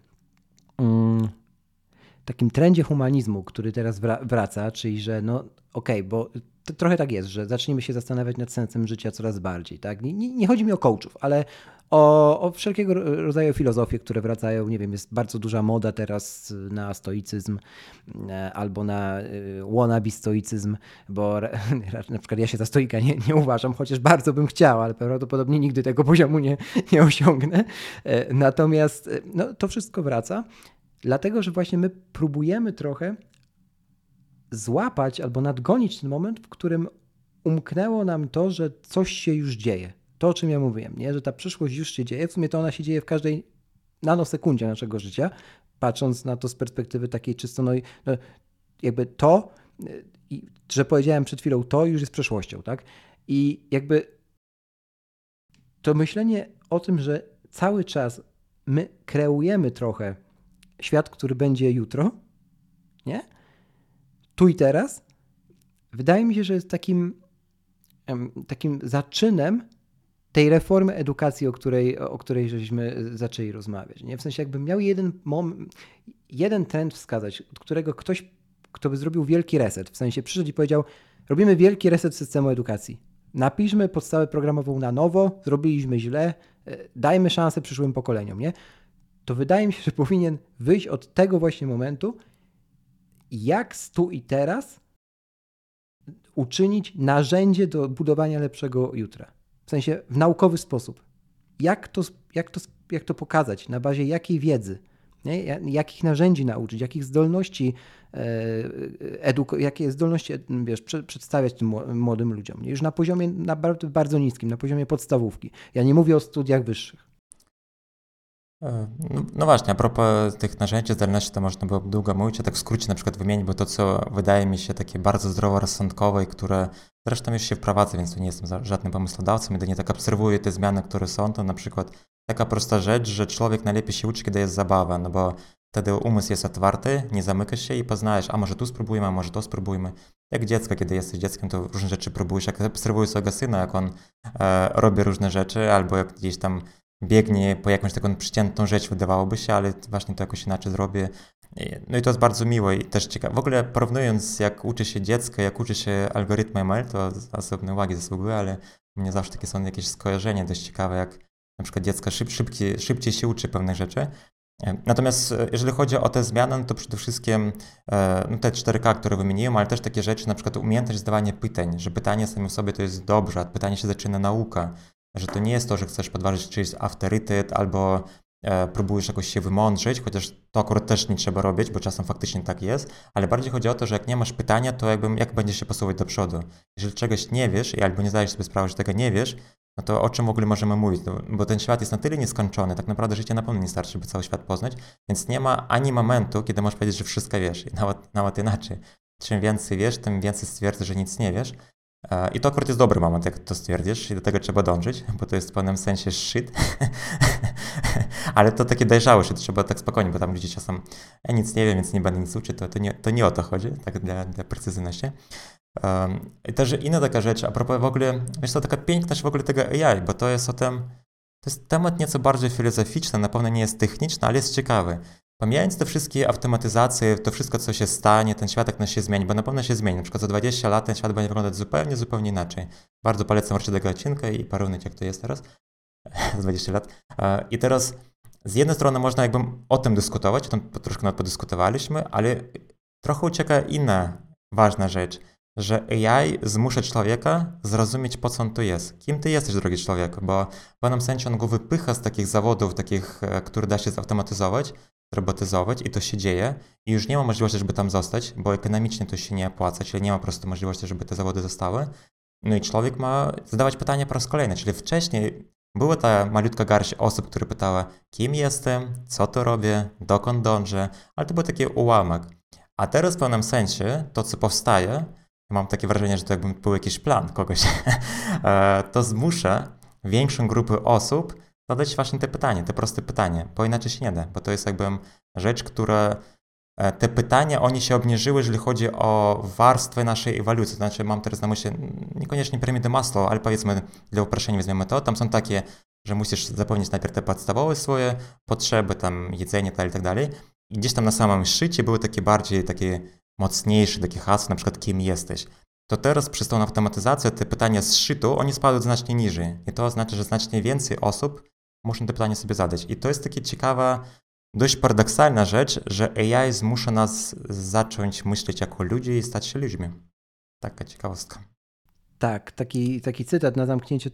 takim trendzie humanizmu, który teraz wraca, czyli że no okej, bo trochę tak jest, że zaczniemy się zastanawiać nad sensem życia coraz bardziej. Tak? Nie chodzi mi o coachów, ale o wszelkiego rodzaju filozofie, które wracają. Nie wiem, jest bardzo duża moda teraz na stoicyzm albo na wannabe stoicyzm, bo na przykład ja się za stoika nie uważam, chociaż bardzo bym chciał, ale prawdopodobnie nigdy tego poziomu nie osiągnę. Natomiast no, to wszystko wraca, dlatego że właśnie my próbujemy trochę złapać albo nadgonić ten moment, w którym umknęło nam to, że coś się już dzieje. To, o czym ja mówiłem, nie? Że ta przyszłość już się dzieje. W sumie to ona się dzieje w każdej nanosekundzie naszego życia, patrząc na to z perspektywy takiej czysto, no jakby to, że powiedziałem przed chwilą, to już jest przeszłością, tak? I jakby to myślenie o tym, że cały czas my kreujemy trochę świat, który będzie jutro, nie? Tu i teraz, wydaje mi się, że jest takim zaczynem tej reformy edukacji, o której żeśmy zaczęli rozmawiać. Nie? W sensie jakbym miał jeden trend wskazać, od którego ktoś, kto by zrobił wielki reset, w sensie przyszedł i powiedział, robimy wielki reset systemu edukacji. Napiszmy podstawę programową na nowo, zrobiliśmy źle, dajmy szansę przyszłym pokoleniom. Nie? To wydaje mi się, że powinien wyjść od tego właśnie momentu, jak tu i teraz uczynić narzędzie do budowania lepszego jutra. W sensie w naukowy sposób. Jak to pokazać, na bazie jakiej wiedzy, nie? Jakich narzędzi nauczyć, jakich zdolności, jakie zdolności przedstawiać tym młodym ludziom. Już na poziomie naprawdę bardzo niskim, na poziomie podstawówki. Ja nie mówię o studiach wyższych. No właśnie, a propos tych narzędzi, zdolności, to można było długo mówić, ja tak w skrócie na przykład wymienić, bo to, co wydaje mi się takie bardzo zdroworozsądkowe i które zresztą już się wprowadza, więc tu nie jestem żadnym pomysłodawcą, jedynie tak obserwuję te zmiany, które są, to na przykład taka prosta rzecz, że człowiek najlepiej się uczy, kiedy jest zabawa, no bo wtedy umysł jest otwarty, nie zamykasz się i poznajesz, a może tu spróbujmy, a może to spróbujmy. Jak dziecko, kiedy jesteś dzieckiem, to różne rzeczy próbujesz, jak obserwuję swojego syna, jak on robi różne rzeczy, albo jak gdzieś tam biegnie po jakąś taką przeciętną rzecz, wydawałoby się, ale właśnie to jakoś inaczej zrobię. No i to jest bardzo miłe i też ciekawe. W ogóle porównując, jak uczy się dziecko, jak uczy się algorytmy ML, to osobne uwagi zasługuje, ale u mnie zawsze takie są jakieś skojarzenia dość ciekawe, jak na przykład dziecko szybciej się uczy pewnych rzeczy. Natomiast jeżeli chodzi o te zmiany, to przede wszystkim no te 4K, które wymieniłem, ale też takie rzeczy, na przykład umiejętność zadawania pytań, że pytanie same w sobie to jest dobrze, a pytanie się zaczyna nauka. Że to nie jest to, że chcesz podważyć czyjś autorytet albo próbujesz jakoś się wymądrzyć, chociaż to akurat też nie trzeba robić, bo czasem faktycznie tak jest, ale bardziej chodzi o to, że jak nie masz pytania, to jak będziesz się posuwać do przodu. Jeżeli czegoś nie wiesz i albo nie zdajesz sobie sprawy, że tego nie wiesz, no to o czym w ogóle możemy mówić? No, bo ten świat jest na tyle nieskończony, tak naprawdę życie na pewno nie starczy, żeby cały świat poznać, więc nie ma ani momentu, kiedy możesz powiedzieć, że wszystko wiesz. I nawet inaczej. Czym więcej wiesz, tym więcej stwierdzasz, że nic nie wiesz. I to akurat jest dobry moment, jak to stwierdzisz i do tego trzeba dążyć, bo to jest w pewnym sensie shit. Ale to takie dojrzałe shit, trzeba tak spokojnie, bo tam ludzie czasem ja nic nie wiem, więc nie będę nic uczyć, to nie o to chodzi, tak dla precyzyjności. I też inna taka rzecz, a propos w ogóle, wiesz co, taka piękność w ogóle tego AI, bo to jest to jest temat nieco bardziej filozoficzny, na pewno nie jest techniczny, ale jest ciekawy. Pomijając te wszystkie automatyzacje, to wszystko, co się stanie, ten świat jak nas się zmieni, bo na pewno się zmieni. Na przykład za 20 lat ten świat będzie wyglądać zupełnie inaczej. Bardzo polecam wrócić do tego odcinka i porównać, jak to jest teraz. Za 20 lat. I teraz z jednej strony można jakby o tym dyskutować, o tym troszkę nawet podyskutowaliśmy, ale trochę ucieka inna ważna rzecz, że AI zmusza człowieka zrozumieć, po co on tu jest. Kim ty jesteś, drogi człowieku, bo w pewnym sensie on go wypycha z takich zawodów, które da się zautomatyzować, robotyzować i to się dzieje i już nie ma możliwości, żeby tam zostać, bo ekonomicznie to się nie opłaca, czyli nie ma po prostu możliwości, żeby te zawody zostały. No i człowiek ma zadawać pytania po raz kolejny, czyli wcześniej była ta malutka garść osób, które pytała, kim jestem, co to robię, dokąd dążę, ale to był taki ułamek. A teraz w pewnym sensie to, co powstaje, mam takie wrażenie, że to jakby był jakiś plan kogoś, to zmusza większą grupę osób zadać właśnie te pytanie, te proste pytanie, bo inaczej się nie da, bo to jest jakby rzecz, która te pytania, one się obniżyły, jeżeli chodzi o warstwę naszej ewolucji. To znaczy, mam teraz na myśli niekoniecznie piramidę Maslow, ale powiedzmy, dla uproszczenia weźmiemy to. Tam są takie, że musisz zapewnić najpierw te podstawowe swoje potrzeby, tam jedzenie, tak dalej. I gdzieś tam na samym szczycie były takie bardziej, takie mocniejsze, takie hasła, na przykład kim jesteś. To teraz przez tą automatyzację te pytania z szczytu, one spadły znacznie niżej. I to oznacza, że znacznie więcej osób muszą te pytania sobie zadać. I to jest takie ciekawa, dość paradoksalna rzecz, że AI zmusza nas zacząć myśleć jako ludzie i stać się ludźmi. Taka ciekawostka. Tak, taki cytat na zamknięciu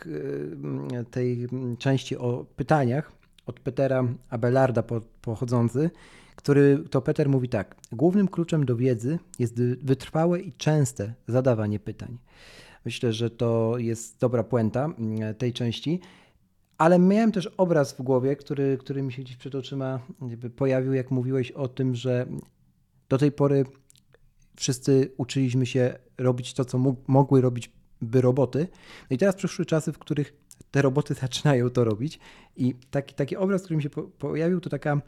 tej części o pytaniach od Petera Abelarda pochodzący, który to Peter mówi tak. Głównym kluczem do wiedzy jest wytrwałe i częste zadawanie pytań. Myślę, że to jest dobra puenta tej części, ale miałem też obraz w głowie, który mi się gdzieś przed oczyma pojawił, jak mówiłeś o tym, że do tej pory wszyscy uczyliśmy się robić to, co mogły robić roboty. No i teraz przyszły czasy, w których te roboty zaczynają to robić. I taki obraz, który mi się pojawił, to taka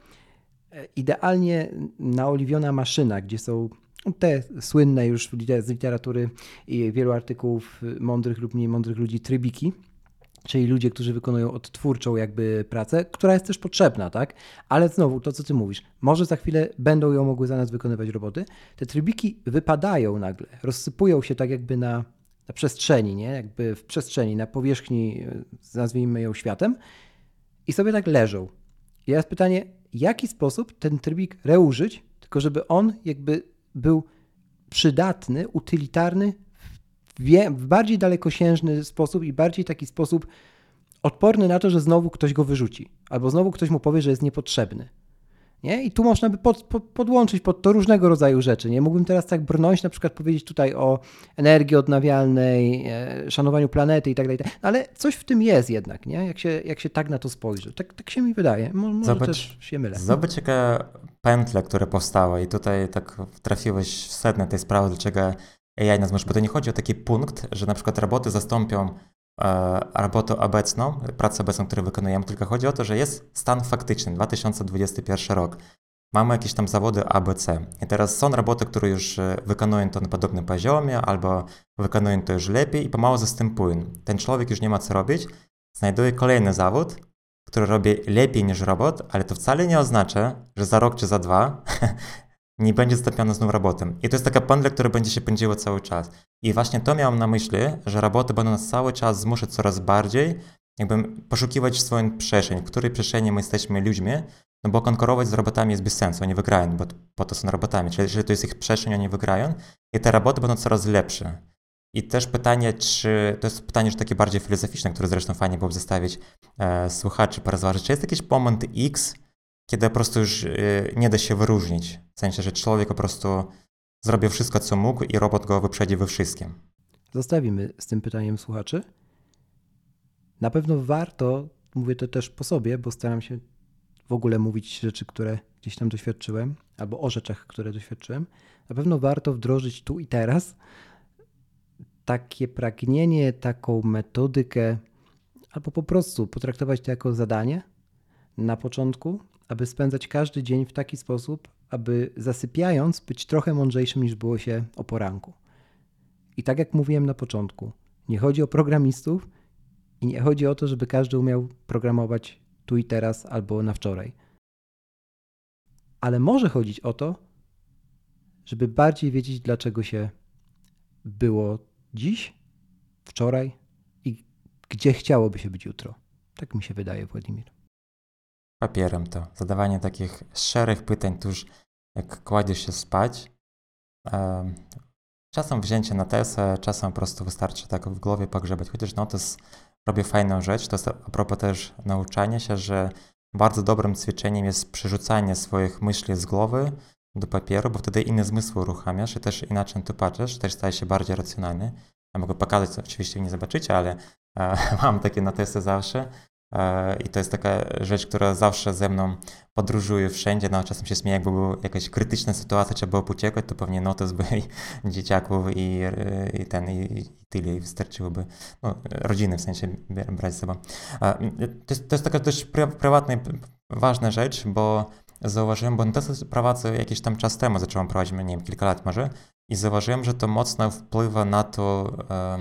idealnie naoliwiona maszyna, gdzie są te słynne już z literatury i wielu artykułów mądrych lub mniej mądrych ludzi trybiki, czyli ludzie, którzy wykonują odtwórczą jakby pracę, która jest też potrzebna, tak? Ale znowu to, co ty mówisz, może za chwilę będą ją mogły za nas wykonywać roboty. Te trybiki wypadają nagle, rozsypują się tak jakby na przestrzeni, nie? Jakby w przestrzeni, na powierzchni, nazwijmy ją światem i sobie tak leżą. I teraz pytanie, w jaki sposób ten trybik reużyć, tylko żeby on jakby był przydatny, utylitarny w bardziej dalekosiężny sposób i bardziej taki sposób odporny na to, że znowu ktoś go wyrzuci, albo znowu ktoś mu powie, że jest niepotrzebny. Nie? I tu można by podłączyć pod to różnego rodzaju rzeczy. Nie? Mógłbym teraz tak brnąć, na przykład powiedzieć tutaj o energii odnawialnej, szanowaniu planety i tak dalej. Ale coś w tym jest jednak, nie? Jak się tak na to spojrzy. Tak się mi wydaje. Może też się mylę. Zobacz, jaka pętla, która powstała i tutaj tak trafiłeś w sedno tej sprawy, dlaczego AI nas może, bo to nie chodzi o taki punkt, że na przykład roboty zastąpią robotę obecną, pracę obecną, którą wykonujemy, tylko chodzi o to, że jest stan faktyczny, 2021 rok. Mamy jakieś tam zawody A, B, C. I teraz są roboty, które już wykonują to na podobnym poziomie, albo wykonują to już lepiej i pomału zastępują. Ten człowiek już nie ma co robić, znajduje kolejny zawód, który robi lepiej niż robot, ale to wcale nie oznacza, że za rok czy za dwa nie będzie zastąpiony znów robotem. I to jest taka pętla, która będzie się pędziła cały czas. I właśnie to miałem na myśli, że roboty będą nas cały czas zmuszać coraz bardziej, jakby poszukiwać swoją przestrzeń, w której przestrzeni my jesteśmy ludźmi, no bo konkurować z robotami jest bez sensu, oni wygrają, bo po to są robotami. Czyli jeżeli to jest ich przestrzeń, oni wygrają i te roboty będą coraz lepsze. I też pytanie, to jest pytanie już takie bardziej filozoficzne, które zresztą fajnie byłoby zostawić słuchaczy, porozważyć, czy jest jakiś moment X, kiedy po prostu już nie da się wyróżnić. W sensie, że człowiek po prostu zrobił wszystko, co mógł i robot go wyprzedzi we wszystkim. Zostawimy z tym pytaniem słuchaczy. Na pewno warto, mówię to też po sobie, bo staram się w ogóle mówić rzeczy, które gdzieś tam doświadczyłem, albo o rzeczach, które doświadczyłem. Na pewno warto wdrożyć tu i teraz takie pragnienie, taką metodykę, albo po prostu potraktować to jako zadanie na początku, aby spędzać każdy dzień w taki sposób, aby zasypiając być trochę mądrzejszym niż było się o poranku. I tak jak mówiłem na początku, nie chodzi o programistów i nie chodzi o to, żeby każdy umiał programować tu i teraz albo na wczoraj. Ale może chodzić o to, żeby bardziej wiedzieć, dlaczego się było dziś, wczoraj i gdzie chciałoby się być jutro. Tak mi się wydaje, Władimir. Papierem to. Zadawanie takich szczerych pytań tuż jak kładziesz się spać. Czasem wzięcie na tesę, czasem po prostu wystarczy tak w głowie pogrzebać. Chociaż notes robię fajną rzecz. To jest a propos też nauczania się, że bardzo dobrym ćwiczeniem jest przerzucanie swoich myśli z głowy do papieru, bo wtedy inne zmysły uruchamiasz i też inaczej tu patrzysz, też stajesz się bardziej racjonalny. Ja mogę pokazać, co oczywiście nie zobaczycie, ale mam takie notesy zawsze. I to jest taka rzecz, która zawsze ze mną podróżuje wszędzie. No, czasem się śmieję, jakby była jakaś krytyczna sytuacja, trzeba było uciekać, to pewnie notes by i dzieciaków i tyle i wystarczyłoby. No, rodziny w sensie brać ze sobą. To jest taka dość prywatna i ważna rzecz, bo zauważyłem, bo też prowadzę jakiś tam czas temu, zacząłem prowadzić, nie wiem, kilka lat może, i zauważyłem, że to mocno wpływa na to,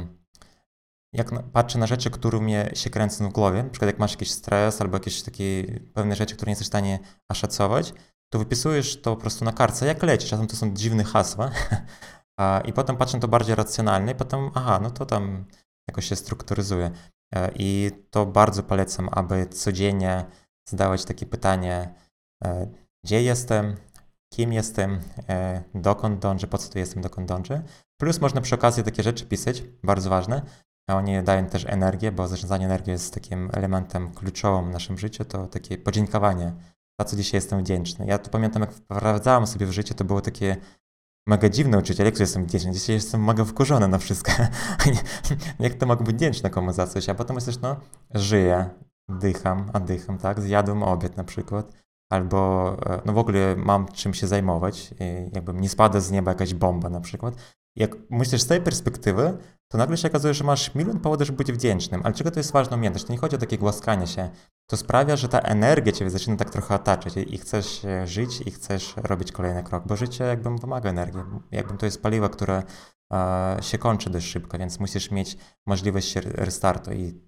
jak patrzę na rzeczy, które mnie się kręcą w głowie, na przykład jak masz jakiś stres albo jakieś takie pewne rzeczy, które nie jesteś w stanie oszacować, to wypisujesz to po prostu na kartce, jak leci, czasem to są dziwne hasła i potem patrzę na to bardziej racjonalnie i potem, no to tam jakoś się strukturyzuje. I to bardzo polecam, aby codziennie zadawać takie pytanie, gdzie jestem, kim jestem, dokąd dążę, po co tu jestem, dokąd dążę. Plus można przy okazji takie rzeczy pisać, bardzo ważne. A oni dają też energię, bo zarządzanie energią jest takim elementem kluczowym w naszym życiu, to takie podziękowanie, za co dzisiaj jestem wdzięczny. Ja to pamiętam, jak wprowadzałem sobie w życie, to było takie mega dziwne uczucie, jak to jestem wdzięczny, dzisiaj jestem mega wkurzony na wszystko. Jak to mogę być wdzięczny komu za coś, a potem myślisz, żyję, dycham, tak, zjadłem obiad na przykład, albo w ogóle mam czym się zajmować, jakby nie spada z nieba jakaś bomba na przykład. Jak myślisz z tej perspektywy, to nagle się okazuje, że masz milion powodów, żeby być wdzięcznym. Ale czego to jest ważna umiejętność? To nie chodzi o takie głaskanie się. To sprawia, że ta energia ciebie zaczyna tak trochę otaczać i chcesz żyć i chcesz robić kolejny krok, bo życie jakby wymaga energii. Jakby to jest paliwo, które się kończy dość szybko, więc musisz mieć możliwość restartu i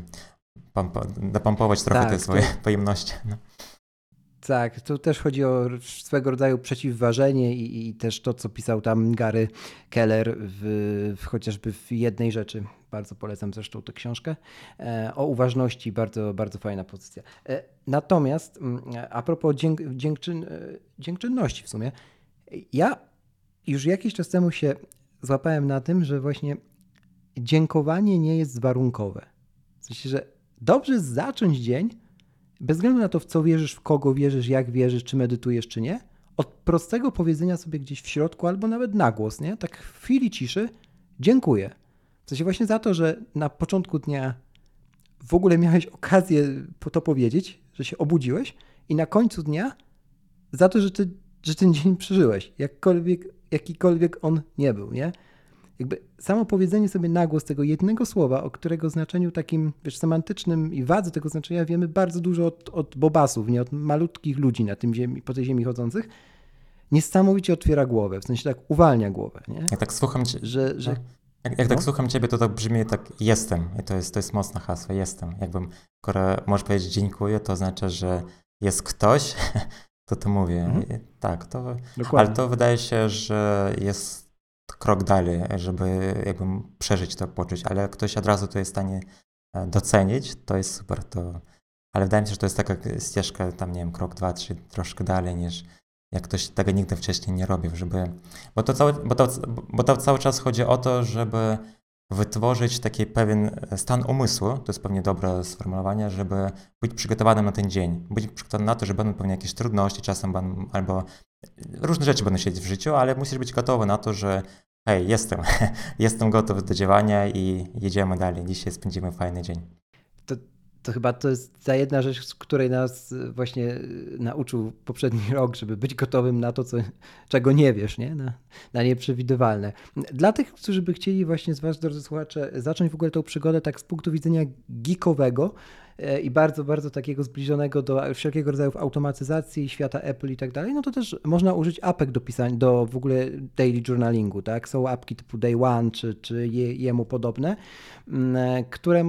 napompować trochę te swoje pojemności. Tak, tu też chodzi o swego rodzaju przeciwważenie i też to, co pisał tam Gary Keller chociażby w jednej rzeczy. Bardzo polecam zresztą tę książkę. O uważności, bardzo, bardzo fajna pozycja. Natomiast a propos dziękczynności w sumie, ja już jakiś czas temu się złapałem na tym, że właśnie dziękowanie nie jest warunkowe. W sensie, że dobrze zacząć dzień bez względu na to, w co wierzysz, w kogo wierzysz, jak wierzysz, czy medytujesz, czy nie, od prostego powiedzenia sobie gdzieś w środku albo nawet na głos, nie? Tak w chwili ciszy, dziękuję. W sensie właśnie za to, że na początku dnia w ogóle miałeś okazję to powiedzieć, że się obudziłeś i na końcu dnia za to, że ten dzień przeżyłeś, jakikolwiek on nie był, nie? Jakby samo powiedzenie sobie na głos tego jednego słowa, o którego znaczeniu takim, semantycznym i wadze tego znaczenia wiemy bardzo dużo od bobasów, nie od malutkich ludzi po tej ziemi chodzących, niesamowicie otwiera głowę, w sensie tak uwalnia głowę. Nie? Jak tak słucham tak słucham ciebie, to brzmi tak jestem. I to jest mocne hasło, jestem. Jakbym, skoro możesz powiedzieć dziękuję, to oznacza, że jest ktoś, to mówię. Tak, to, ale to wydaje się, że jest krok dalej, żeby przeżyć to poczuć, ale jak ktoś od razu to jest w stanie docenić, to jest super. Ale wydaje mi się, że to jest taka ścieżka, tam nie wiem, krok 2, 3, troszkę dalej niż jak ktoś tego nigdy wcześniej nie robił, bo to cały czas chodzi o to, żeby wytworzyć taki pewien stan umysłu, to jest pewnie dobre sformułowanie, żeby być przygotowanym na ten dzień, być przygotowanym na to, że będą pewnie jakieś trudności czasem, albo różne rzeczy będą się dziać w życiu, ale musisz być gotowy na to, że hej, jestem gotowy do działania i jedziemy dalej, dzisiaj spędzimy fajny dzień. To chyba to jest ta jedna rzecz, z której nas właśnie nauczył poprzedni rok, żeby być gotowym na to, czego nie wiesz, nie? Na nieprzewidywalne. Dla tych, którzy by chcieli właśnie z was, drodzy słuchacze, zacząć w ogóle tą przygodę tak z punktu widzenia geekowego i bardzo, bardzo takiego zbliżonego do wszelkiego rodzaju automatyzacji świata Apple i tak dalej, no to też można użyć apek do pisania, do w ogóle daily journalingu, tak? Są apki typu Day One czy jemu podobne, które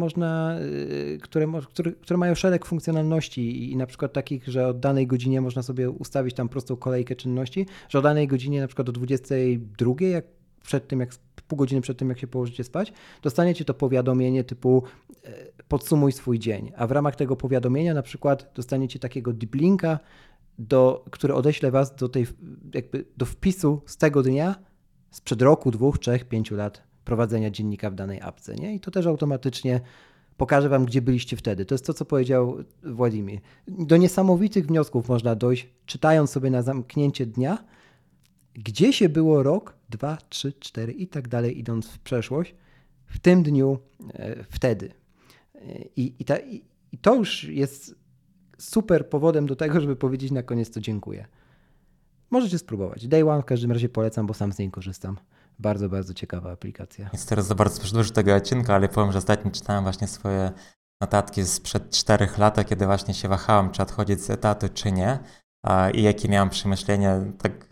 mają szereg funkcjonalności i na przykład takich, że o danej godzinie można sobie ustawić tam prostą kolejkę czynności, że o danej godzinie na przykład o 22, pół godziny przed tym, jak się położycie spać, dostaniecie to powiadomienie typu podsumuj swój dzień, a w ramach tego powiadomienia na przykład dostaniecie takiego deep linka, który odeśle was do wpisu z tego dnia sprzed roku, 2, 3, 5 lat prowadzenia dziennika w danej apce, nie? I to też automatycznie pokaże wam, gdzie byliście wtedy. To jest to, co powiedział Władimir. Do niesamowitych wniosków można dojść, czytając sobie na zamknięcie dnia, gdzie się było rok, 2, 3, 4 i tak dalej, idąc w przeszłość, w tym dniu, wtedy. I to już jest super powodem do tego, żeby powiedzieć na koniec to dziękuję. Możecie spróbować. Day One w każdym razie polecam, bo sam z niej korzystam. Bardzo, bardzo ciekawa aplikacja. Jest teraz za bardzo przedłuży tego odcinka, ale powiem, że ostatnio czytałem właśnie swoje notatki sprzed 4 lat, kiedy właśnie się wahałem, czy odchodzić z etatu, czy nie. i jakie miałem przemyślenia, tak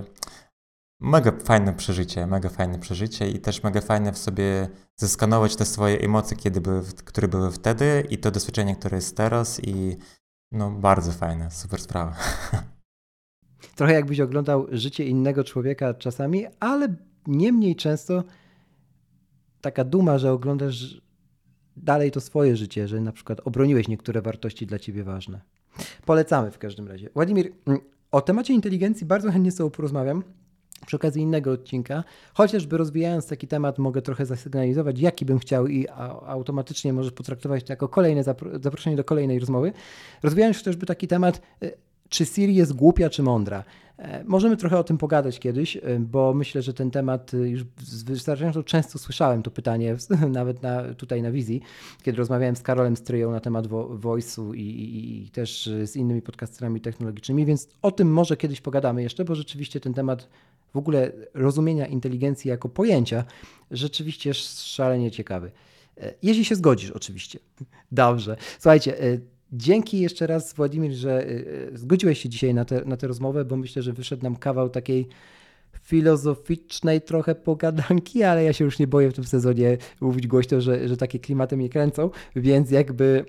mega fajne przeżycie i też mega fajne w sobie zeskanować te swoje emocje, które były wtedy i to doświadczenie, które jest teraz i no bardzo fajne, super sprawa. Trochę jakbyś oglądał życie innego człowieka czasami, ale nie mniej często taka duma, że oglądasz dalej to swoje życie, że na przykład obroniłeś niektóre wartości dla ciebie ważne. Polecamy w każdym razie. Władimir, o temacie inteligencji bardzo chętnie z tobą porozmawiam przy okazji innego odcinka, chociażby rozwijając taki temat mogę trochę zasygnalizować, jaki bym chciał i automatycznie możesz potraktować to jako kolejne zaproszenie do kolejnej rozmowy. Rozwijając chociażby taki temat, czy Siri jest głupia czy mądra? Możemy trochę o tym pogadać kiedyś, bo myślę, że ten temat już wystarczająco często słyszałem to pytanie, nawet tutaj na wizji, kiedy rozmawiałem z Karolem Stryją na temat Voice'u i też z innymi podcasterami technologicznymi, więc o tym może kiedyś pogadamy jeszcze, bo rzeczywiście ten temat w ogóle rozumienia inteligencji jako pojęcia rzeczywiście szalenie ciekawy. Jeśli się zgodzisz oczywiście. Dobrze. Słuchajcie, dzięki jeszcze raz, Władimir, że zgodziłeś się dzisiaj na tę rozmowę, bo myślę, że wyszedł nam kawał takiej filozoficznej trochę pogadanki, ale ja się już nie boję w tym sezonie mówić głośno, że takie klimaty mnie kręcą, więc jakby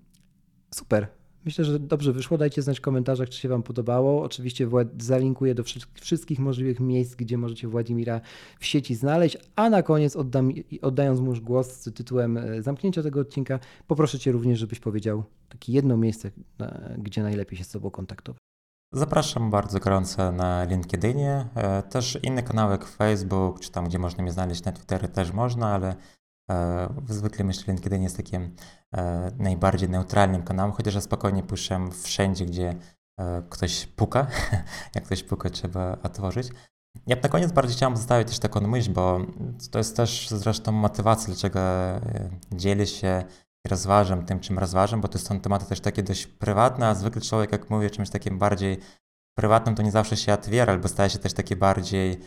super. Myślę, że dobrze wyszło. Dajcie znać w komentarzach, czy się wam podobało. Oczywiście zalinkuję do wszystkich możliwych miejsc, gdzie możecie Władimira w sieci znaleźć, a na koniec oddając mu już głos z tytułem zamknięcia tego odcinka, poproszę cię również, żebyś powiedział takie jedno miejsce, gdzie najlepiej się z tobą kontaktować. Zapraszam bardzo gorąco na LinkedInie, też inne kanały jak Facebook, czy tam, gdzie można mnie znaleźć na Twitterze też można, ale zwykle myślę, że LinkedIn jest takim najbardziej neutralnym kanałem, chociaż ja spokojnie puszczam wszędzie, gdzie ktoś puka. Jak ktoś puka, trzeba otworzyć. Ja na koniec bardziej chciałem zostawić też taką myśl, bo to jest też zresztą motywacja, dlaczego dzielę się i rozważam tym, czym rozważam, bo to są tematy też takie dość prywatne, a zwykle człowiek, jak mówi o czymś takim bardziej prywatnym, to nie zawsze się otwiera, albo staje się też taki bardziej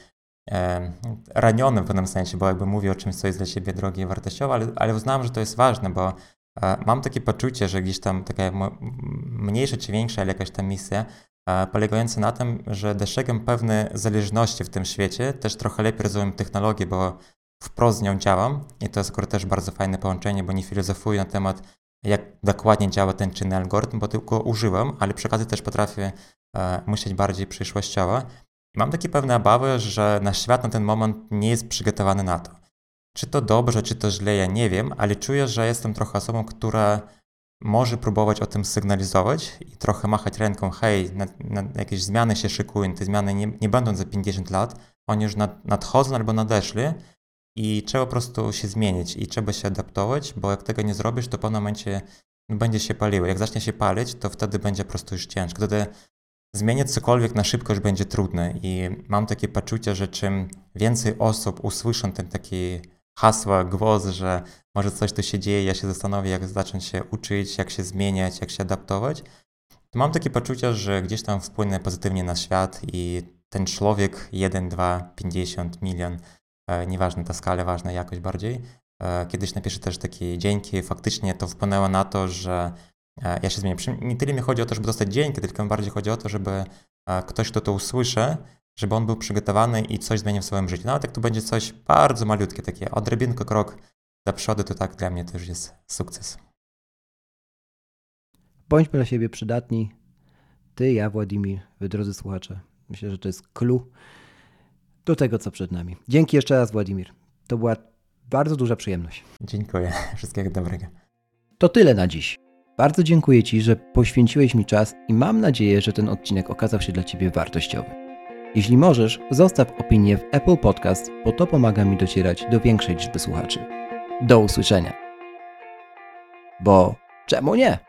ranionym w pewnym sensie, bo jakby mówi o czymś, co jest dla siebie drogie i wartościowe, ale uznałem, że to jest ważne, bo mam takie poczucie, że gdzieś tam taka mniejsza czy większa, ale jakaś tam misja polegająca na tym, że dostrzegam pewne zależności w tym świecie, też trochę lepiej rozumiem technologię, bo wprost z nią działam i to jest akurat też bardzo fajne połączenie, bo nie filozofuję na temat, jak dokładnie działa ten czy inny algorytm, bo tylko używam, ale przy okazji też potrafię myśleć bardziej przyszłościowo. I mam takie pewne obawy, że nasz świat na ten moment nie jest przygotowany na to. Czy to dobrze, czy to źle, ja nie wiem, ale czuję, że jestem trochę osobą, która może próbować o tym sygnalizować i trochę machać ręką, hej, jakieś zmiany się szykują, te zmiany nie będą za 50 lat, one już nadchodzą albo nadeszli i trzeba po prostu się zmienić i trzeba się adaptować, bo jak tego nie zrobisz, to w pewnym momencie będzie się paliło. Jak zacznie się palić, to wtedy będzie po prostu już ciężko. Wtedy zmieniać cokolwiek na szybko już będzie trudne i mam takie poczucie, że czym więcej osób usłyszą ten taki hasła, głos, że może coś tu się dzieje, ja się zastanowię, jak zacząć się uczyć, jak się zmieniać, jak się adaptować, to mam takie poczucie, że gdzieś tam wpłynę pozytywnie na świat i ten człowiek 1, 2, 50, milion, nieważne ta skala, ważna jakość bardziej. Kiedyś napiszę też takie dzięki, faktycznie to wpłynęło na to, że ja się zmienię. Nie tyle mi chodzi o to, żeby dostać dzięki, tylko bardziej chodzi o to, żeby ktoś, kto to usłyszy, żeby on był przygotowany i coś zmienił w swoim życiu. Nawet jak to będzie coś bardzo malutkie, takie odrobinkę krok do przodu, to tak dla mnie to już jest sukces. Bądźmy dla siebie przydatni. Ty, ja, Władimir, wy drodzy słuchacze. Myślę, że to jest clue do tego, co przed nami. Dzięki jeszcze raz, Władimir. To była bardzo duża przyjemność. Dziękuję. Wszystkiego dobrego. To tyle na dziś. Bardzo dziękuję Ci, że poświęciłeś mi czas i mam nadzieję, że ten odcinek okazał się dla Ciebie wartościowy. Jeśli możesz, zostaw opinię w Apple Podcast, bo to pomaga mi docierać do większej liczby słuchaczy. Do usłyszenia. Bo czemu nie?